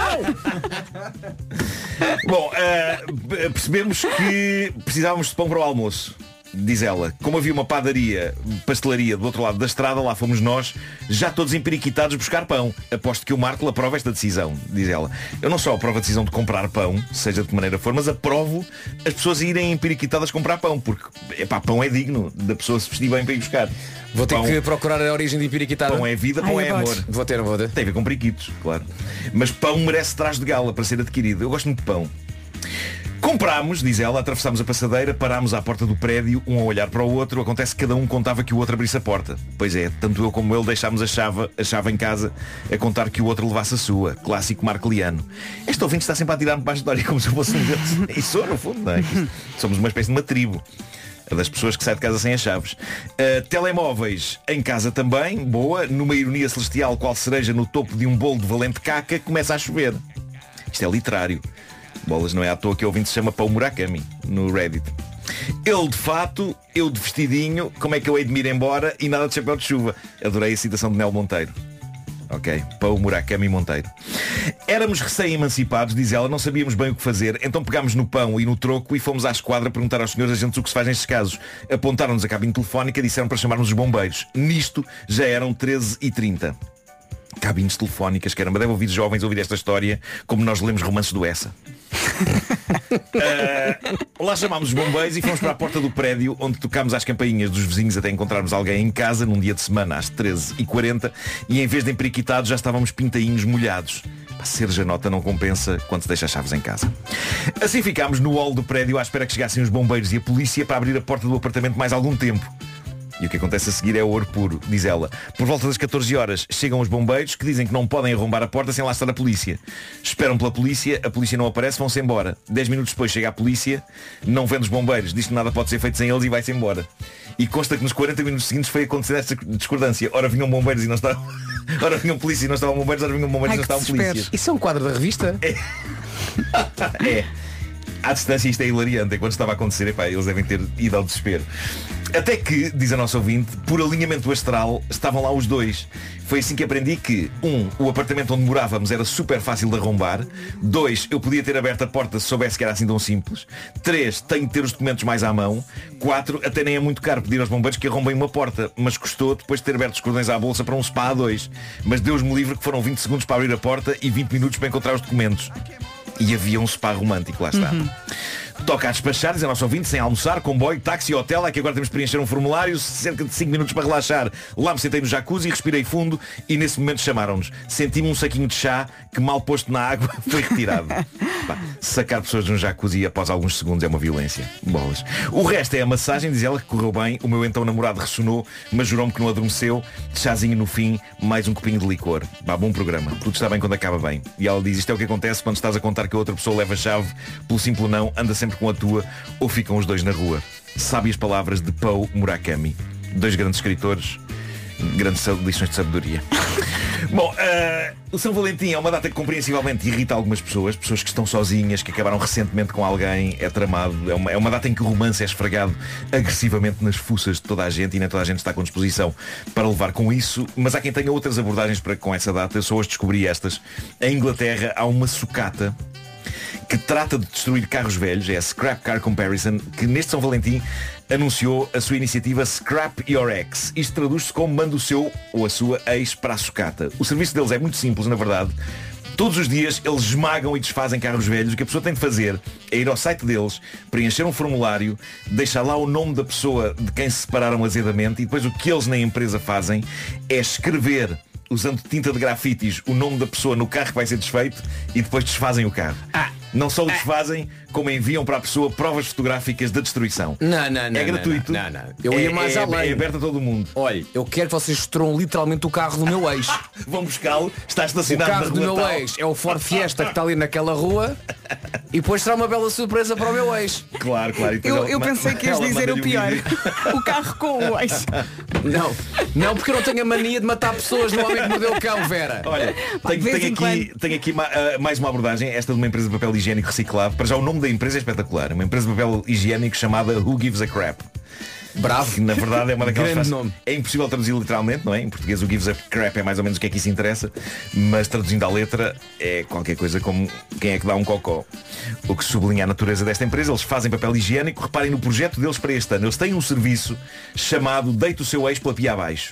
Bom, percebemos que precisávamos de pão para o almoço. Diz ela, como havia uma pastelaria do outro lado da estrada, lá fomos nós, já todos empiriquitados buscar pão. Aposto que o Marco aprova esta decisão, diz ela. Eu não só aprovo a decisão de comprar pão, seja de que maneira for, mas aprovo as pessoas irem empiriquitadas comprar pão, porque pão é digno da pessoa se vestir bem para ir buscar. Vou ter que procurar a origem de empiriquitada. Pão é vida, pão é amor. Vou ter. Tem a ver com periquitos, claro. Mas pão merece traje de gala para ser adquirido. Eu gosto muito de pão. Comprámos, diz ela, atravessámos a passadeira, parámos à porta do prédio, um a olhar para o outro. Acontece que cada um contava que o outro abrisse a porta. Pois é, tanto eu como ele deixámos a chave em casa, a contar que o outro levasse a sua. Clássico marceliano. Este ouvinte está sempre a tirar-me para a história como se eu fosse um deles. E sou, no fundo, não é? Somos uma espécie de uma tribo. A das pessoas que saem de casa sem as chaves. Telemóveis em casa também, boa. Numa ironia celestial, qual cereja no topo de um bolo de valente caca, começa a chover. Isto é literário. Bolas, não é à toa que o ouvinte se chama Pão Murakami no Reddit. Ele de fato, eu de vestidinho, como é que eu hei de me ir embora e nada de chapéu de chuva. Adorei a citação de Nel Monteiro. Ok, Pão Murakami Monteiro. Éramos recém-emancipados, diz ela, não sabíamos bem o que fazer, então pegámos no pão e no troco e fomos à esquadra perguntar aos senhores agentes o que se faz nestes casos. Apontaram-nos a cabine telefónica e disseram para chamarmos os bombeiros. Nisto já eram 13h30. Cabines telefónicas, caramba, deve ouvir jovens ouvir esta história como nós lemos romances do Essa. Lá chamámos os bombeiros e fomos para a porta do prédio, onde tocámos às campainhas dos vizinhos até encontrarmos alguém em casa num dia de semana às 13h40 e em vez de emperiquitados já estávamos pintainhos molhados. Para ser janota não compensa quando se deixa as chaves em casa. Assim ficámos no hall do prédio à espera que chegassem os bombeiros e a polícia para abrir a porta do apartamento mais algum tempo. E o que acontece a seguir é ouro puro, diz ela. Por volta das 14 horas chegam os bombeiros que dizem que não podem arrombar a porta sem lá estar a polícia. Esperam pela polícia, a polícia não aparece, vão-se embora. 10 minutos depois chega a polícia, não vendo os bombeiros, diz que nada pode ser feito sem eles e vai-se embora. E consta que nos 40 minutos seguintes foi acontecer esta discordância. Ora vinham bombeiros e não estavam... Ora vinham polícia e não estavam bombeiros, ora vinham bombeiros e não estavam polícias. Isso é um quadro da revista? É. À distância isto é hilariante. Enquanto estava a acontecer, eles devem ter ido ao desespero. Até que, diz a nossa ouvinte, por alinhamento astral, estavam lá os dois. Foi assim que aprendi que, 1, o apartamento onde morávamos era super fácil de arrombar. 2, eu podia ter aberto a porta se soubesse que era assim tão simples. 3, tenho de ter os documentos mais à mão. 4, até nem é muito caro pedir aos bombeiros que arrombem uma porta, mas custou depois de ter aberto os cordões à bolsa para um spa a 2. Mas Deus-me livre que foram 20 segundos para abrir a porta e 20 minutos para encontrar os documentos. E havia um spa romântico, lá está. Toca a despachar, diz a nosso ouvinte, sem almoçar, comboio, táxi, hotel, é que agora temos de preencher um formulário, cerca de 5 minutos para relaxar. Lá me sentei no jacuzzi, respirei fundo e nesse momento chamaram-nos. Senti-me um saquinho de chá que mal posto na água foi retirado. Pá, sacar pessoas de um jacuzzi após alguns segundos é uma violência. Bolas. O resto é a massagem, diz ela, que correu bem. O meu então namorado ressonou, mas jurou-me que não adormeceu. Chazinho no fim, mais um copinho de licor. Pá, bom programa. Tudo está bem quando acaba bem. E ela diz, isto é o que acontece quando estás a contar que a outra pessoa leva a chave, pelo simples não, anda sempre com a tua, ou ficam os dois na rua. Sábias palavras de Paul Murakami. 2 grandes escritores, grandes lições de sabedoria. Bom, o São Valentim é uma data que compreensivelmente irrita algumas pessoas que estão sozinhas, que acabaram recentemente com alguém, é tramado. É uma data em que o romance é esfregado agressivamente nas fuças de toda a gente e nem toda a gente está com disposição para levar com isso. Mas há quem tenha outras abordagens com essa data. Eu só hoje descobri estas. Em Inglaterra há uma sucata que trata de destruir carros velhos, é a Scrap Car Comparison, que neste São Valentim anunciou a sua iniciativa Scrap Your Ex. Isto traduz-se como manda o seu ou a sua ex para a sucata. O serviço deles é muito simples, na verdade. Todos os dias eles esmagam e desfazem carros velhos. O que a pessoa tem de fazer é ir ao site deles, preencher um formulário, deixar lá o nome da pessoa de quem se separaram azedamente e depois o que eles na empresa fazem é escrever, usando tinta de grafites, o nome da pessoa no carro que vai ser desfeito e depois desfazem o carro. Não só o desfazem, como enviam para a pessoa provas fotográficas da destruição. Não. É gratuito. Não. Eu ia mais além. É aberto a todo mundo. Olha, eu quero que vocês destruam literalmente o carro do meu ex. Vão buscá-lo, está estacionado. O carro do meu ex é o Ford Fiesta que está ali naquela rua e depois será uma bela surpresa para o meu ex. Claro. Eu pensei que ias dizer o pior. O carro com o ex. Não, porque eu não tenho a mania de matar pessoas no homem que mordeu o cão, Vera. Olha, tenho aqui mais uma abordagem, esta de uma empresa de papel higiênico reciclado. Para já o nome da empresa é espetacular. Uma empresa de papel higiênico chamada Who Gives a Crap. Bravo. Que na verdade é uma daquelas frases. Nome. É impossível traduzir literalmente, não é? Em português o gives a crap é mais ou menos o que é que isso interessa. Mas traduzindo à letra é qualquer coisa como quem é que dá um cocó. O que sublinha a natureza desta empresa. Eles fazem papel higiênico. Reparem no projeto deles para este ano. Eles têm um serviço chamado Deite o seu ex pela pia abaixo.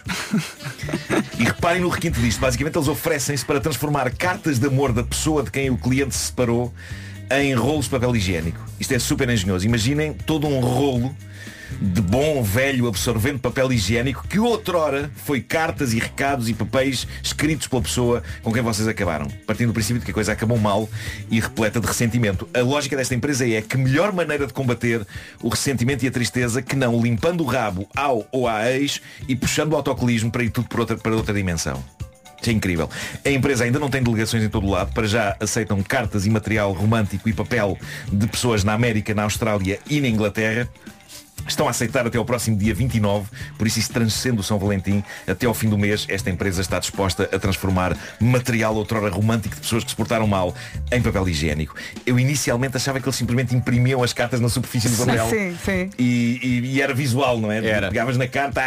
E reparem no requinte disto. Basicamente eles oferecem-se para transformar cartas de amor da pessoa de quem o cliente se separou em rolos de papel higiênico. Isto é super engenhoso. Imaginem todo um rolo de bom, velho, absorvente papel higiênico que outrora foi cartas e recados e papéis escritos pela pessoa com quem vocês acabaram, partindo do princípio de que a coisa acabou mal e repleta de ressentimento. A lógica desta empresa é que melhor maneira de combater o ressentimento e a tristeza que não limpando o rabo ao ou à ex e puxando o autocolismo para ir tudo para outra dimensão. Isso é incrível. A empresa ainda não tem delegações em todo o lado. Para já aceitam cartas e material romântico e papel de pessoas na América, na Austrália e na Inglaterra. Estão a aceitar até ao próximo dia 29, por isso transcende o São Valentim. Até ao fim do mês, esta empresa está disposta a transformar material outrora romântico de pessoas que se portaram mal em papel higiênico. Eu inicialmente achava que eles simplesmente imprimiam as cartas na superfície do papel. Sim. E era visual, não é? Era. Pegavas na carta,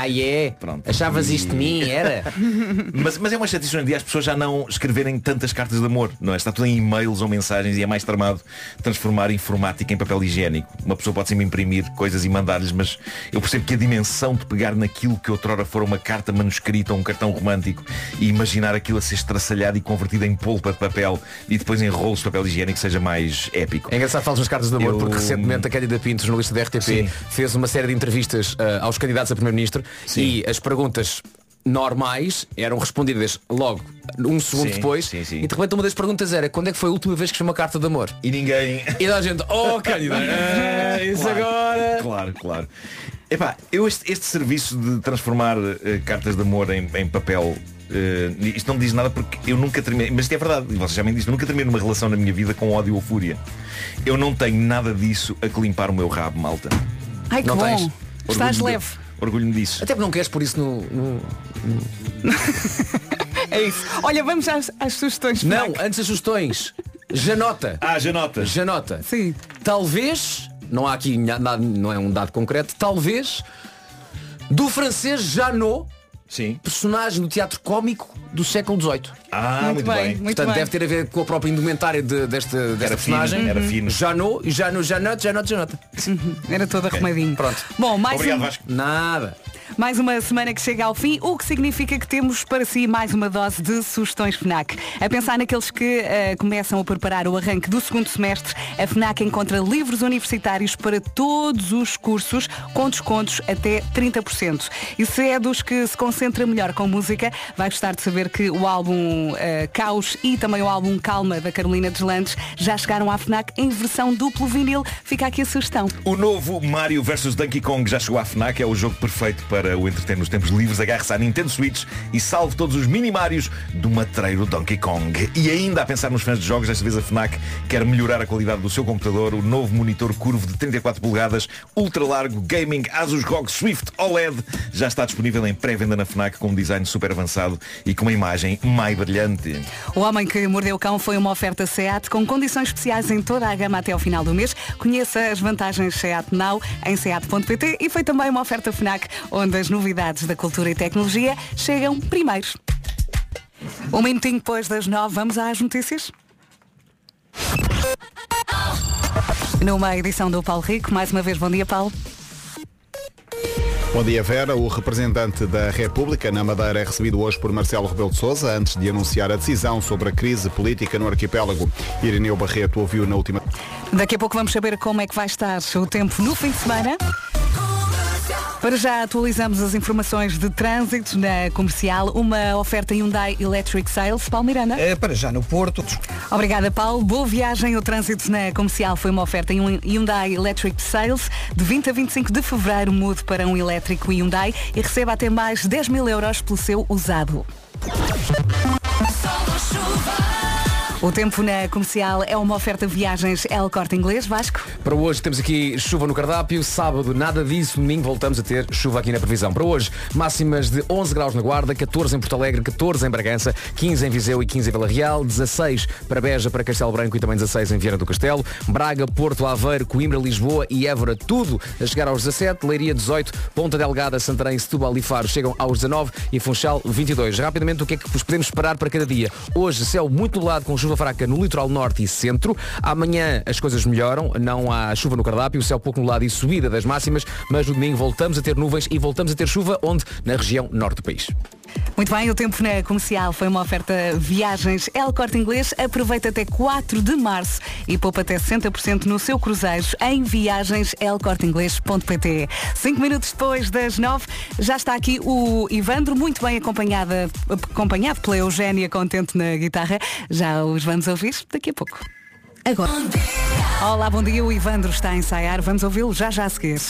é. Pronto. Achavas isto de mim, era? Mas é uma chatice hoje em dia as pessoas já não escreverem tantas cartas de amor, não é? Está tudo em e-mails ou mensagens e é mais tramado transformar informática em papel higiênico. Uma pessoa pode sempre imprimir coisas e mandar-lhes, mas eu percebo que a dimensão de pegar naquilo que outrora fora uma carta manuscrita ou um cartão romântico e imaginar aquilo a ser estraçalhado e convertido em polpa de papel e depois em rolos de papel higiênico seja mais épico. É engraçado falar nas cartas de amor, porque recentemente a Cândida Pinto, jornalista da RTP, fez uma série de entrevistas aos candidatos a Primeiro-Ministro e as perguntas normais eram respondidas logo um segundo depois e de repente uma das perguntas era: quando é que foi a última vez que escreveu uma carta de amor? E ninguém... E da gente, Cândida, isso claro, agora... Claro. Epá, este serviço de transformar cartas de amor em papel, isto não me diz nada porque eu nunca terminei, mas isto é verdade, e vocês já me dizem, eu nunca terminei numa relação na minha vida com ódio ou fúria. Eu não tenho nada disso a que limpar o meu rabo, malta. Ai, que não bom. Tens? Estás leve. Orgulho-me disso. Até porque não queres por isso no... É isso. Olha, vamos às sugestões. Não, antes das sugestões. Janota. Janota. Sim. Talvez, não há aqui nada, não é um dado concreto, talvez do francês Janot Sim. Personagem do teatro cómico do século XVIII. Muito bem. Portanto, deve ter a ver com a própria indumentária desta personagem. Era fino. Janot. Era todo arrumadinho. Pronto. Bom, Obrigado, Vasco. Nada. Mais uma semana que chega ao fim, o que significa que temos para si mais uma dose de sugestões FNAC. A pensar naqueles que começam a preparar o arranque do segundo semestre, a FNAC encontra livros universitários para todos os cursos, com descontos até 30%. E se é dos que se concentra melhor com música, vai gostar de saber que o álbum Caos e também o álbum Calma, da Carolina Deslandes, já chegaram à FNAC em versão duplo vinil. Fica aqui a sugestão. O novo Mario vs Donkey Kong já chegou à FNAC, é o jogo perfeito para o entreter nos tempos livres. Agarre-se à Nintendo Switch e salve todos os mini-Marios do matreiro Donkey Kong. E ainda a pensar nos fãs de jogos, desta vez a FNAC quer melhorar a qualidade do seu computador. O novo monitor curvo de 34 polegadas, ultra largo, gaming Asus ROG Swift OLED já está disponível em pré-venda na FNAC, com um design super avançado e com uma imagem mais brilhante. O Homem que Mordeu o Cão foi uma oferta SEAT com condições especiais em toda a gama até ao final do mês. Conheça as vantagens SEAT Now em seat.pt e foi também uma oferta FNAC, onde as novidades da cultura e tecnologia chegam primeiros. Um minutinho depois das 9, vamos às notícias. Numa edição do Paulo Rico, mais uma vez, bom dia, Paulo. Bom dia, Vera. O representante da República na Madeira é recebido hoje por Marcelo Rebelo de Sousa antes de anunciar a decisão sobre a crise política no arquipélago. Irineu Barreto ouviu na última... Daqui a pouco vamos saber como é que vai estar o tempo no fim de semana. Para já atualizamos as informações de trânsito na Comercial, uma oferta Hyundai Electric Sales. Paulo Miranda. Para já no Porto. Obrigada, Paulo. Boa viagem. O trânsito na Comercial foi uma oferta Hyundai Electric Sales. De 20 a 25 de fevereiro, mude para um elétrico Hyundai e receba até mais 10 mil euros pelo seu usado. O tempo na Comercial é uma oferta Viagens El Corte Inglês. Vasco? Para hoje temos aqui chuva no cardápio, sábado nada disso, domingo voltamos a ter chuva aqui na previsão. Para hoje, máximas de 11 graus na Guarda, 14 em Porto Alegre, 14 em Bragança, 15 em Viseu e 15 em Vila Real, 16 para Beja, para Castelo Branco e também 16 em Viana do Castelo, Braga, Porto, Aveiro, Coimbra, Lisboa e Évora, tudo a chegar aos 17, Leiria 18, Ponta Delgada, Santarém, Setúbal e Faro chegam aos 19 e Funchal 22. Rapidamente, o que é que vos podemos esperar para cada dia? Hoje, céu muito nublado com chuva fraca no litoral norte e centro. Amanhã as coisas melhoram, não há chuva no cardápio, o céu pouco nublado e subida das máximas, mas no domingo voltamos a ter nuvens e voltamos a ter chuva, onde? Na região norte do país. Muito bem, o tempo na Comercial foi uma oferta Viagens El Corte Inglês. Aproveita até 4 de março e poupa até 60% no seu cruzeiro em viagenselcorteinglês.pt. 5 minutos depois das 9, já está aqui o Ivandro, muito bem acompanhado pela Eugénia Contente na guitarra. Já os vamos ouvir daqui a pouco. Agora. Olá, bom dia, o Ivandro está a ensaiar. Vamos ouvi-lo já a seguir.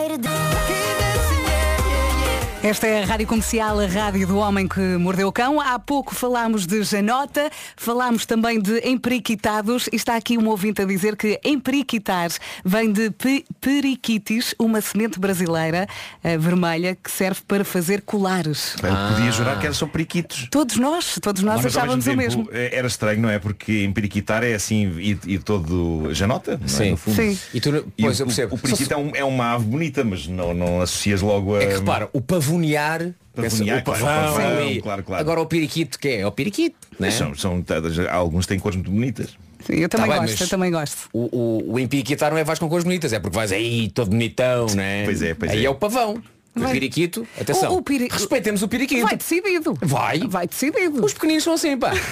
Esta é a Rádio Comercial, a rádio do Homem que Mordeu o Cão. Há pouco falámos de Janota, falámos também de emperiquitados. E está aqui um ouvinte a dizer que emperiquitar vem de periquitis, uma semente brasileira vermelha que serve para fazer colares. Eu podia jurar que eram só periquitos. Todos nós achávamos o mesmo. Era estranho, não é? Porque emperiquitar é assim e todo Janota, não é? No fundo. Sim. E tu, pois, eu percebo. O periquito é uma ave bonita, mas não associas logo a... É que repara, o pavonear, o pavão, claro. Agora o periquito, que é o periquito, né? Alguns têm cores muito bonitas. Sim, eu também gosto. O empiriquitar não é vais com cores bonitas, é porque vais aí todo bonitão, né? Pois é. Aí é o pavão. O periquito, atenção, respeitemos o periquito. Vai decidido. Vai decidido. Os pequeninos são assim, pá.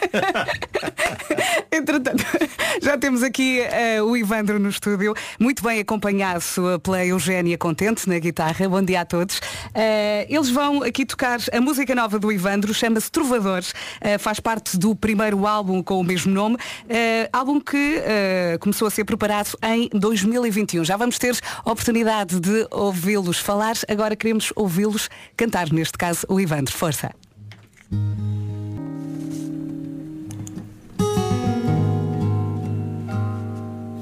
Entretanto, já temos aqui o Ivandro no estúdio, muito bem acompanhado pela Eugénia Contente na guitarra. Bom dia a todos. Eles vão aqui tocar a música nova do Ivandro, chama-se Trovadores, faz parte do primeiro álbum com o mesmo nome, álbum que começou a ser preparado em 2021. Já vamos ter a oportunidade de ouvi-los falar. Agora queremos ouvi-los cantar, neste caso o Ivandro. Força!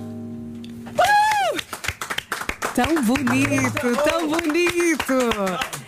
Tão bonito, tão bonito!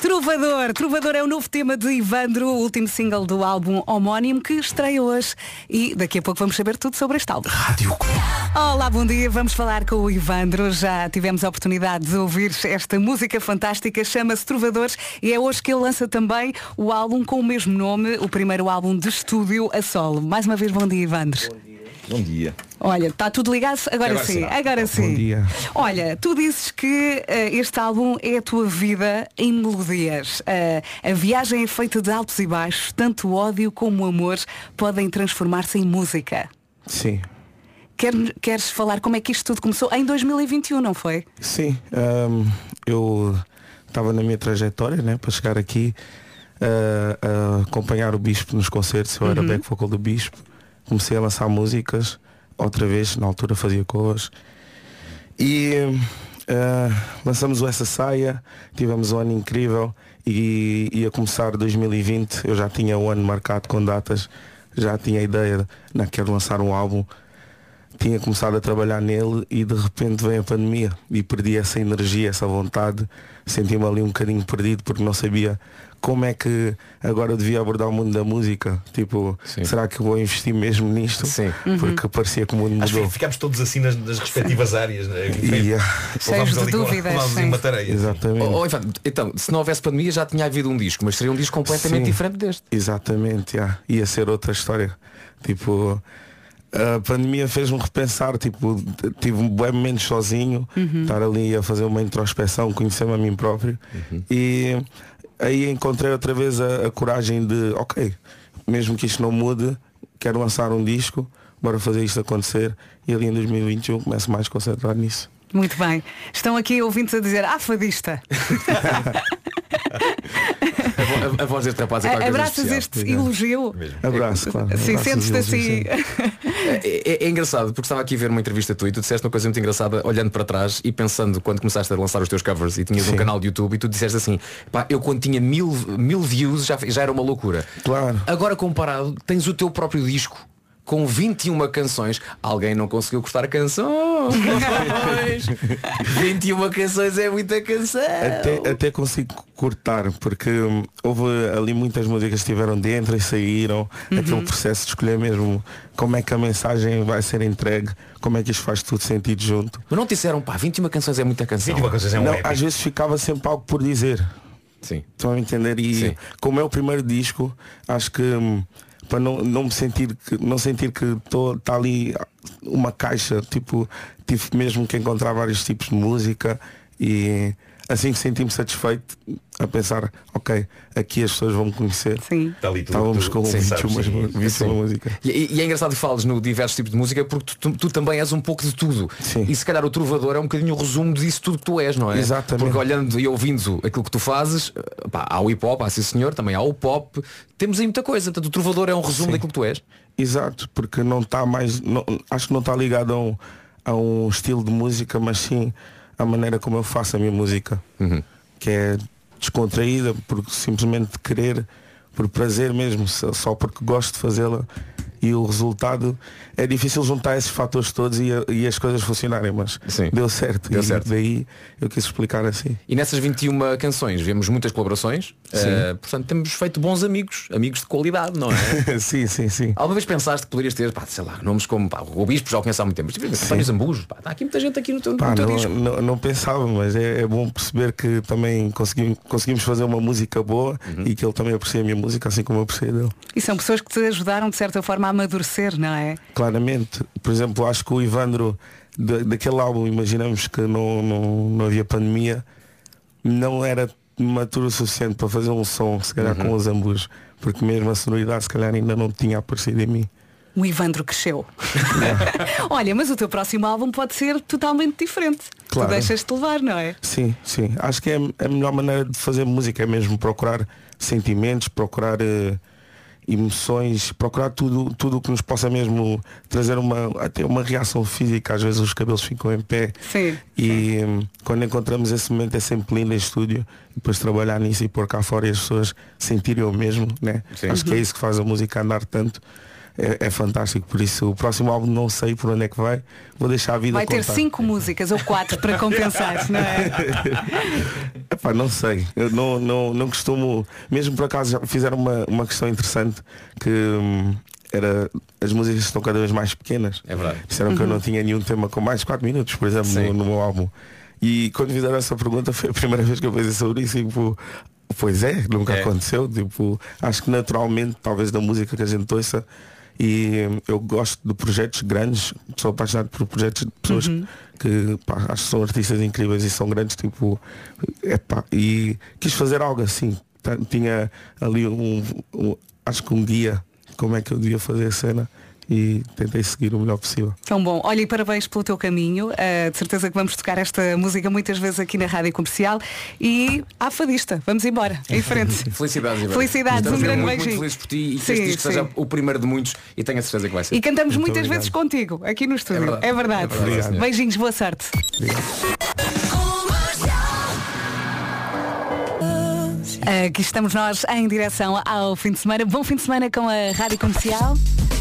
Trovador é o novo tema de Ivandro, o último single do álbum homónimo que estreia hoje e daqui a pouco vamos saber tudo sobre este álbum. Rádio. Olá, bom dia, vamos falar com o Ivandro, já tivemos a oportunidade de ouvir esta música fantástica, chama-se Trovadores e é hoje que ele lança também o álbum com o mesmo nome, o primeiro álbum de estúdio a solo. Mais uma vez, bom dia, Ivandro. Bom dia. Olha, está tudo ligado? Agora sim. Bom dia. Olha, tu dizes que este álbum é a tua vida em melodias. A viagem é feita de altos e baixos, tanto o ódio como o amor podem transformar-se em música. Sim. Queres falar como é que isto tudo começou? Em 2021, não foi? Sim. Eu estava na minha trajetória, né, para chegar aqui a acompanhar o Bispo nos concertos. Eu era back vocal do Bispo. Comecei a lançar músicas outra vez, na altura fazia covers e lançamos o Essa Saia, tivemos um ano incrível e ia começar 2020, eu já tinha o ano marcado com datas, já tinha a ideia de quero lançar um álbum, tinha começado a trabalhar nele e de repente veio a pandemia e perdi essa energia, essa vontade, senti-me ali um bocadinho perdido porque não sabia como é que agora eu devia abordar o mundo da música. Tipo, será que eu vou investir mesmo nisto? Sim. Porque parecia que o mundo mudou. Acho que ficámos todos assim nas respectivas áreas, né? Cheios de dúvidas. Vamos em uma tarefa. Exatamente. Então, se não houvesse pandemia já tinha havido um disco, mas seria um disco completamente diferente deste. Exatamente, ia ser outra história. Tipo, a pandemia fez-me repensar, tipo, tive um bom momento sozinho, estar ali a fazer uma introspeção, conhecer-me a mim próprio e aí encontrei outra vez a coragem de, ok, mesmo que isto não mude, quero lançar um disco, bora fazer isto acontecer e ali em 2021 começo mais a concentrar nisso. Muito bem. Estão aqui ouvintes a dizer, fadista. A voz deste rapaz é qualquer coisa Abraças especial. este elogio. Abraço, claro. Sim, sentes-te assim. É engraçado, porque estava aqui a ver uma entrevista tua e tu disseste uma coisa muito engraçada, olhando para trás e pensando quando começaste a lançar os teus covers e tinhas um canal de YouTube e tu disseste assim, eu quando tinha mil views já era uma loucura. Claro. Agora comparado, tens o teu próprio disco com 21 canções. Alguém não conseguiu cortar canções. 21 canções é muita canção. Até consigo cortar, porque houve ali muitas músicas que estiveram dentro e saíram. Aquele processo de escolher mesmo como é que a mensagem vai ser entregue, como é que isto faz tudo sentido junto. Mas não te disseram, 21 canções é muita canção. 21 canções é um épico. Às vezes ficava sempre algo por dizer. Sim. Estão a entender? E como é o primeiro disco, acho que para não sentir que está ali uma caixa, tipo, tive mesmo que encontrar vários tipos de música e assim que senti-me satisfeito a pensar, ok, aqui as pessoas vão me conhecer. Sim. Estávamos com 21 música. E é engraçado que fales no diversos tipos de música porque tu também és um pouco de tudo. Sim. E se calhar o Trovador é um bocadinho o resumo disso tudo que tu és, não é? Exatamente. Porque olhando e ouvindo aquilo que tu fazes, há o hip hop, sim senhor, também há o pop, temos aí muita coisa. Portanto, o Trovador é um resumo daquilo que tu és. Exato, porque não está mais, acho que não está ligado a um estilo de música, mas sim a maneira como eu faço a minha música, que é descontraída, por simplesmente querer, por prazer mesmo, só porque gosto de fazê-la. E o resultado é difícil juntar esses fatores todos e as coisas funcionarem, mas deu certo. Daí eu quis explicar assim. E nessas 21 canções vemos muitas colaborações, portanto temos feito bons amigos de qualidade, não é? Sim. Alguma vez pensaste que poderias ter, sei lá, nomes como o Bispo, já o conheço há muito tempo, mas António Zambujo, está aqui muita gente aqui no teu disco. Não pensava, mas é bom perceber que também conseguimos fazer uma música boa e que ele também aprecia a minha música, assim como eu aprecio dele. E são pessoas que te ajudaram de certa forma a amadurecer, não é? Claramente. Por exemplo, acho que o Ivandro daquele álbum, imaginamos que não havia pandemia, não era maturo o suficiente para fazer um som, se calhar com os Zambus, porque mesmo a sonoridade se calhar ainda não tinha aparecido em mim. O Ivandro cresceu. Olha, mas o teu próximo álbum pode ser totalmente diferente. Claro. Tu deixas-te levar, não é? Sim. Acho que é a melhor maneira de fazer música, é mesmo procurar sentimentos, procurar emoções, procurar tudo o que nos possa mesmo trazer até uma reação física. Às vezes os cabelos ficam em pé. Sim. E quando encontramos esse momento é sempre lindo em estúdio, e depois trabalhar nisso e pôr cá fora e as pessoas sentirem o mesmo, né? Acho que é isso que faz a música andar tanto. é fantástico. Por isso o próximo álbum não sei por onde é que vai. Vou deixar a vida vai ter contar. 5 músicas ou 4 para compensar, não é? Epá, não sei. Eu não costumo. Mesmo por acaso já fizeram uma questão interessante que era as músicas estão cada vez mais pequenas. É verdade. Disseram que eu não tinha nenhum tema com mais de 4 minutos, por exemplo, no meu álbum. E quando fizeram essa pergunta foi a primeira vez que eu pensei sobre isso e tipo, pois é, nunca aconteceu. Tipo, acho que naturalmente, talvez da música que a gente ouça, e eu gosto de projetos grandes, sou apaixonado por projetos de pessoas que acho que são artistas incríveis e são grandes, tipo, e quis fazer algo assim. Tinha ali acho que um guia como é que eu devia fazer a cena e tentei seguir o melhor possível. Tão bom. Olha, e parabéns pelo teu caminho. De certeza que vamos tocar esta música muitas vezes aqui na Rádio Comercial. E à fadista, vamos embora, em frente. Felicidades, Ivana. Felicidades, um grande muito, beijinho. Muito feliz por ti e que este disco seja o primeiro de muitos e tenho a certeza que vai ser. E cantamos muito muitas vezes contigo, aqui no estúdio. É verdade. Beijinhos, boa sorte. Aqui estamos nós em direção ao fim de semana. Bom fim de semana com a Rádio Comercial.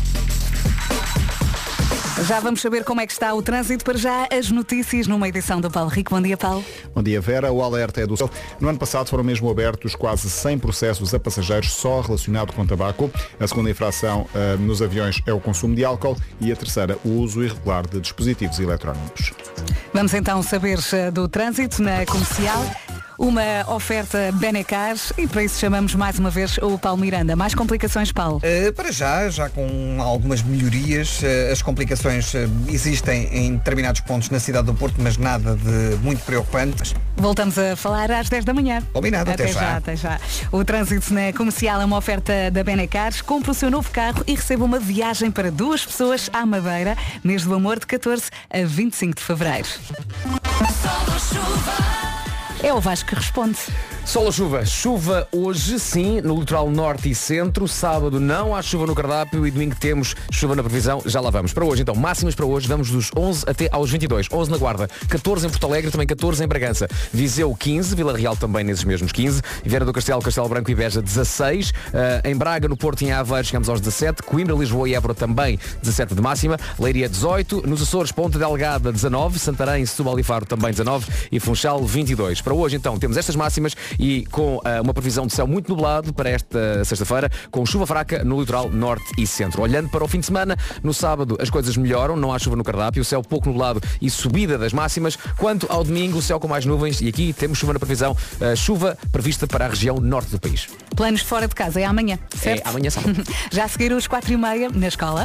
Já vamos saber como é que está o trânsito. Para já, as notícias numa edição do Paulo Rico. Bom dia, Paulo. Bom dia, Vera. O alerta é do céu. No ano passado foram mesmo abertos quase 100 processos a passageiros só relacionado com tabaco. A segunda infração nos aviões é o consumo de álcool e a terceira, o uso irregular de dispositivos eletrónicos. Vamos então saber do trânsito na Comercial. Uma oferta Benecar e para isso chamamos mais uma vez o Paulo Miranda. Mais complicações, Paulo? Para já com algumas melhorias. As complicações existem em determinados pontos na cidade do Porto, mas nada de muito preocupante. Voltamos a falar às 10 da manhã. Combinado, até já. Até já. O trânsito na Comercial é uma oferta da Benecar. Compre o seu novo carro e receba uma viagem para 2 pessoas à Madeira, mês do amor, de 14 a 25 de fevereiro. É o Vasco que responde. Sol ou chuva? Chuva hoje sim, no litoral norte e centro. Sábado não há chuva no cardápio e domingo temos chuva na previsão. Já lá vamos. Para hoje, então, máximas para hoje, vamos dos 11 até aos 22. 11 na Guarda, 14 em Porto Alegre, também 14 em Bragança. Viseu 15, Vila Real também nesses mesmos 15. Viana do Castelo, Castelo Branco e Beja 16. Em Braga, no Porto e em Aveiro chegamos aos 17. Coimbra, Lisboa e Évora também 17 de máxima. Leiria 18. Nos Açores, Ponta Delgada 19. Santarém, Setúbal e Faro também 19. E Funchal 22. Para hoje, então, temos estas máximas e com uma previsão de céu muito nublado para esta sexta-feira, com chuva fraca no litoral norte e centro. Olhando para o fim de semana, no sábado as coisas melhoram, não há chuva no cardápio, o céu pouco nublado e subida das máximas. Quanto ao domingo, o céu com mais nuvens e aqui temos chuva na previsão, chuva prevista para a região norte do país. Planos fora de casa é amanhã, certo? É amanhã sábado. Já a seguir os 4h30 na escola.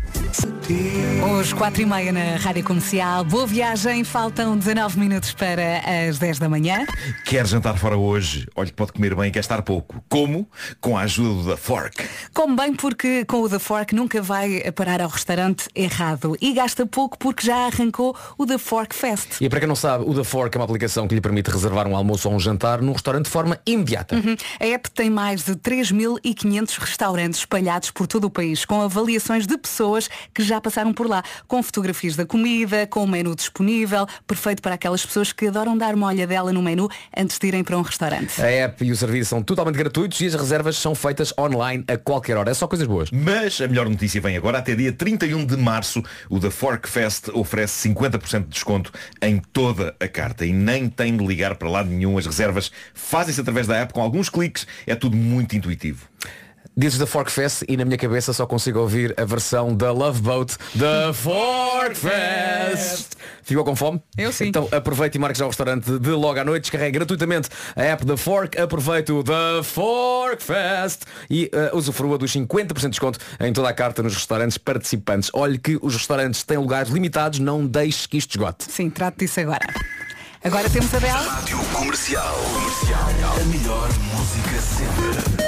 Os 4h30 na Rádio Comercial. Boa viagem, faltam 19 minutos para as 10 da manhã. Quer jantar fora hoje? Olha que pode comer bem e quer estar pouco. Como? Com a ajuda do The Fork. Come bem porque com o The Fork nunca vai parar ao restaurante errado. E gasta pouco porque já arrancou o The Fork Fest. E para quem não sabe, o The Fork é uma aplicação que lhe permite reservar um almoço ou um jantar num restaurante de forma imediata. A app tem mais de 3.500 restaurantes espalhados por todo o país, com avaliações de pessoas que já passaram por lá, com fotografias da comida, com o menu disponível, perfeito para aquelas pessoas que adoram dar uma olhadela no menu antes de irem para um restaurante. A app e o serviço são totalmente gratuitos e as reservas são feitas online a qualquer hora. É só coisas boas. Mas a melhor notícia vem agora. Até dia 31 de março, o The Fork Fest oferece 50% de desconto em toda a carta e nem tem de ligar para lado nenhum. As reservas fazem-se através da app com alguns cliques. É tudo muito intuitivo. Dizes da Fork Fest e na minha cabeça só consigo ouvir a versão da Love Boat da Fork Fest. Ficou com fome? Eu sim. Então aproveite e marque já o restaurante de logo à noite. Descarregue gratuitamente a app da Fork. Aproveite o The Fork Fest e usufrua dos 50% de desconto em toda a carta nos restaurantes participantes. Olhe que os restaurantes têm lugares limitados. Não deixe que isto esgote. Sim, trate disso agora. Agora temos a Bela. Rádio Comercial. A melhor música sempre.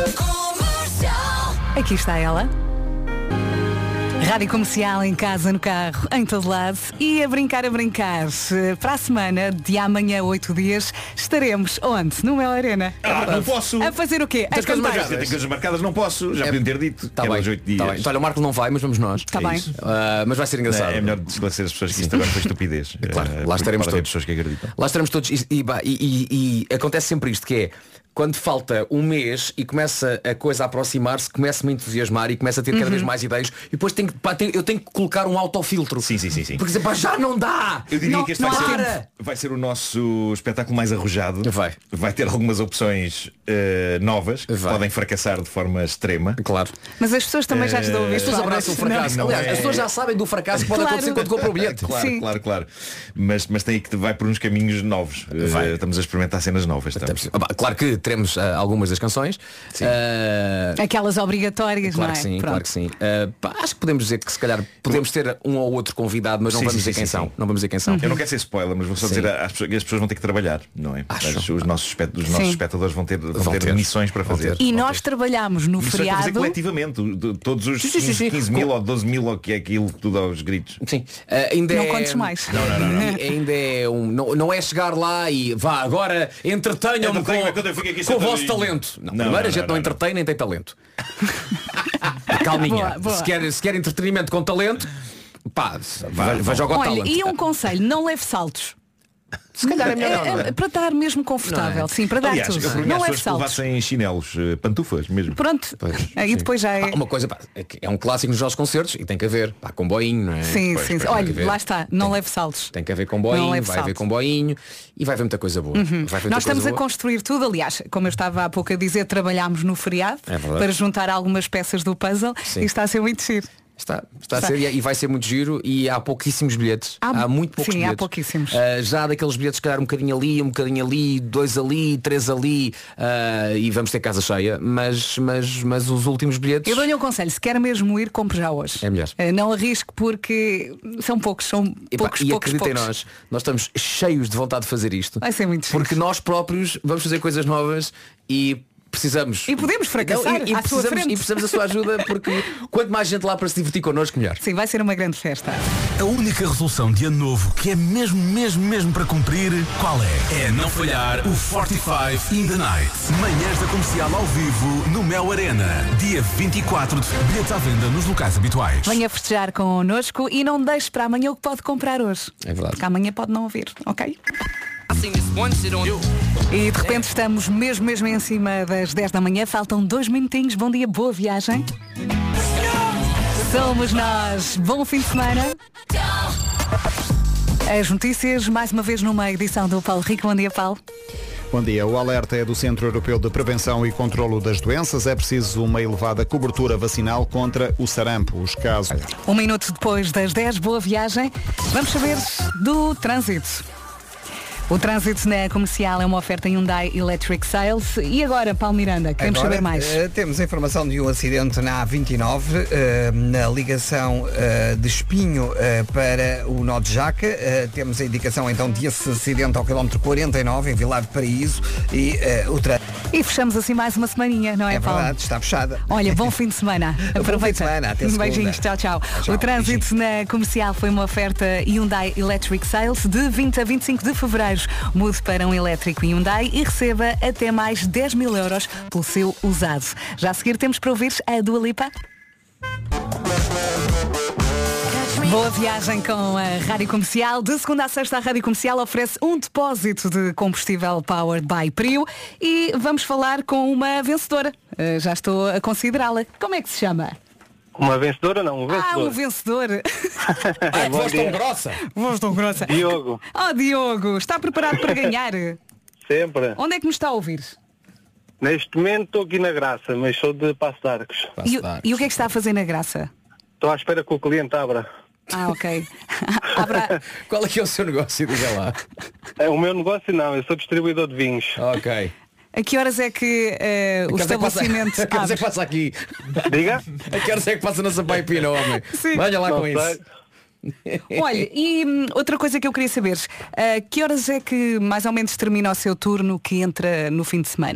Aqui está ela. Rádio Comercial em casa, no carro, em todo lado e a brincar. Para a semana, de amanhã, 8 dias, estaremos onde? No Mel Arena. Não posso. A fazer o quê? Tens coisas marcadas. Tenho coisas marcadas, não posso. Já podiam ter dito. Tá bem. 8 dias. Tá bem. Então, olha, o Marco não vai, mas vamos nós. Está bem. Mas vai ser engraçado. É melhor esclarecer as pessoas que isto agora foi estupidez. Claro, lá estaremos todos. Pessoas que acreditam. Lá estaremos todos e acontece sempre isto, que é quando falta um mês e começa a coisa a aproximar-se, começa-me a entusiasmar e começa a ter cada vez mais ideias e depois eu tenho que colocar um autofiltro. Sim. Porque já não dá! Eu diria que este vai ser o nosso espetáculo mais arrojado. Vai ter algumas opções novas que podem fracassar de forma extrema. Claro. Mas as pessoas também já estão a ouvir. As pessoas abraçam o fracasso. Aliás, as pessoas já sabem do fracasso que pode acontecer quando compram o bilhete. Claro. Mas tem que vai por uns caminhos novos. Estamos a experimentar cenas novas. Claro que teremos algumas das canções. Aquelas obrigatórias, claro não é? Claro que sim. Acho que podemos dizer que se calhar podemos ter um ou outro convidado, mas não vamos dizer quem são. Não vamos dizer quem são. Eu não quero ser spoiler, mas vou só dizer às pessoas que as pessoas vão ter que trabalhar, não é? Os nossos espectadores vão ter missões para fazer. E nós trabalhamos no feriado. Fazer coletivamente, todos os 15 mil ou 12 mil ou que é aquilo, tudo aos gritos. Sim. Não contes mais. Não. Ainda é não é chegar lá e vá, agora entretenham-me com o vosso talento. Primeiro a gente não entretém nem tem talento. Calminha. Boa. Se quer entretenimento com talento, pá, vai jogar o talento. Olha, e um conselho, não leve saltos. Se calhar é melhor para estar mesmo confortável, sim, para dar Aliás, tudo. Não leve saltos. Levassem chinelos, pantufas mesmo. Pronto. Aí depois já é. Uma coisa, é um clássico nos nossos concertos e tem que haver comboinho, não é? Sim. Olha, lá está, não leve saltos. Tem que haver comboinho, vai haver comboinho e vai haver muita coisa boa. Nós estamos a construir tudo, aliás, como eu estava há pouco a dizer, trabalhámos no feriado para juntar algumas peças do puzzle e está a ser muito giro. Está a ser e vai ser muito giro e há pouquíssimos bilhetes. Há muito poucos bilhetes. Há pouquíssimos. Já daqueles bilhetes, se calhar um bocadinho ali, 2 ali, 3 ali e vamos ter casa cheia, mas os últimos bilhetes. Eu dou-lhe um conselho, se quer mesmo ir, compre já hoje. É melhor. Não arrisque porque são poucos, E acreditem nós estamos cheios de vontade de fazer isto. Vai ser muito porque nós próprios vamos fazer coisas novas e precisamos. E podemos fracassar e precisamos da sua ajuda porque quanto mais gente lá para se divertir connosco, melhor. Sim, vai ser uma grande festa. A única resolução de ano novo que é mesmo para cumprir, qual é? É não falhar o 45 in the Night. Manhãs da Comercial ao vivo no Mel Arena. Dia 24 de bilhetes à venda nos locais habituais. Venha festejar connosco e não deixe para amanhã o que pode comprar hoje. É verdade. Porque amanhã pode não ouvir, ok? E de repente estamos mesmo em cima das 10 da manhã. Faltam 2 minutinhos. Bom dia, boa viagem. Somos nós. Bom fim de semana. As notícias, mais uma vez numa edição do Paulo Rico. Bom dia, Paulo. Bom dia. O alerta é do Centro Europeu de Prevenção e Controlo das Doenças. É preciso uma elevada cobertura vacinal contra o sarampo. Os casos... 1 minuto depois das 10, boa viagem. Vamos saber do trânsito. O trânsito na Comercial é uma oferta Hyundai Electric Sales. E agora, Paulo Miranda, queremos saber mais. Temos a informação de um acidente na A29, na ligação de Espinho para o nó de Jaca. Temos a indicação então de esse acidente ao quilómetro 49, em Vilar de Paraíso. E o trânsito. E fechamos assim mais uma semaninha, não é, Paulo? É verdade, está fechada. Olha, bom fim de semana. Aproveita. Bom fim de semana, até segunda. Beijinhos, tchau. O trânsito na Comercial foi uma oferta Hyundai Electric Sales de 20 a 25 de fevereiro. Mude para um elétrico Hyundai e receba até mais 10 mil euros pelo seu usado. Já a seguir temos para ouvir a Dua Lipa. Boa viagem com a Rádio Comercial. De segunda a sexta, a Rádio Comercial oferece um depósito de combustível Powered by Prio e vamos falar com uma vencedora. Já estou a considerá-la. Como é que se chama? Uma vencedora não, um vencedor. Um vencedor. Voz tão grossa. Diogo. Diogo, está preparado para ganhar? Sempre. Onde é que me está a ouvir? Neste momento estou aqui na Graça, mas sou de Passo de Arcos. E o que é que está a fazer na Graça? Estou à espera que o cliente abra. Ok. Qual é que é o seu negócio? Diga lá. O meu negócio não, eu sou distribuidor de vinhos. Ok. A que horas é que o estabelecimento abre? A que horas é que passa aqui? Diga? A que horas é que passa na Sampaio Pina, homem? Sim. Olha lá não com sei. isso. Olha, e outra coisa que eu queria saber, que horas é que mais ou menos termina o seu turno que entra no fim de semana?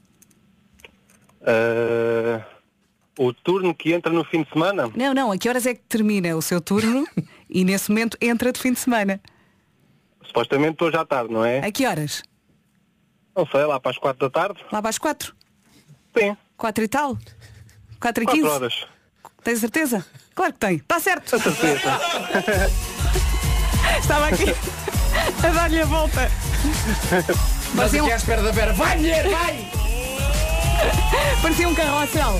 O turno que entra no fim de semana? Não, a que horas é que termina o seu turno e nesse momento entra de fim de semana? Supostamente estou já tarde, não é? A que horas? Não sei, lá para as 4 da tarde. Lá para as 4? Sim. 4 e tal? 4 e 15? 15? 4 horas. Tens certeza? Claro que tem. Está certo. Com certeza. Estava aqui a dar-lhe a volta. Mas aqui à espera da Vera. Vai, mulher, vai! Parecia um carrossel.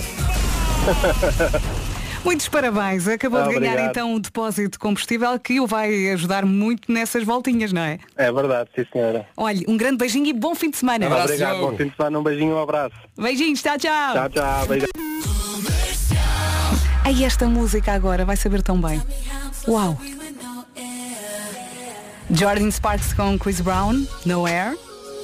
Muitos parabéns. Acabou de ganhar então um depósito de combustível que o vai ajudar muito nessas voltinhas, não é? É verdade, sim senhora. Olha, um grande beijinho e bom fim de semana. Obrigado, bom fim de semana, um beijinho e um abraço. Beijinhos, tchau, tchau. Tchau, tchau, beijinho. Aí esta música agora vai saber tão bem. Uau. Jordan Sparks com Chris Brown, Nowhere.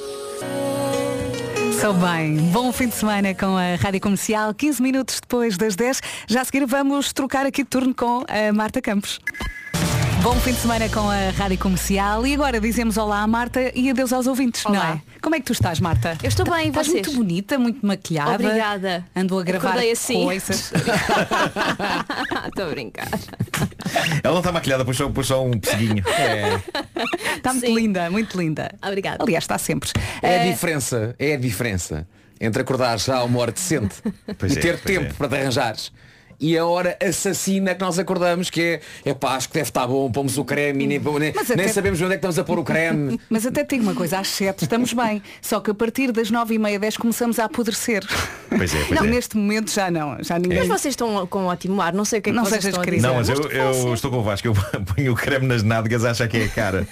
Sou bem. Bom fim de semana com a Rádio Comercial. 15 minutos depois das 10. Já a seguir vamos trocar aqui de turno com a Marta Campos. Bom fim de semana com a Rádio Comercial. E agora dizemos olá à Marta e adeus aos ouvintes, olá. Não é? Como é que tu estás, Marta? Eu estou bem, Estás vocês? muito bonita, muito maquilhada. Obrigada. Ando a gravar assim. coisas. Estou a brincar. Ela não está maquilhada, pôs só um pesseguinho. Está muito linda, muito linda. Obrigada. Aliás, está sempre. É a diferença entre acordar já a uma hora decente e ter tempo para te arranjares e a hora assassina que nós acordamos, que é pá, acho que deve estar bom, pomos o creme e nem sabemos onde é que estamos a pôr o creme. Mas até tem uma coisa, às 7 estamos bem, só que a partir das 9h30, 10 começamos a apodrecer. Pois é. Neste momento já não, já ninguém. Mas vocês estão com um ótimo ar, não sei o que é que não vocês estão a dizer. Não, mas eu estou com o Vasco, eu ponho o creme nas nádegas, acha que é a cara.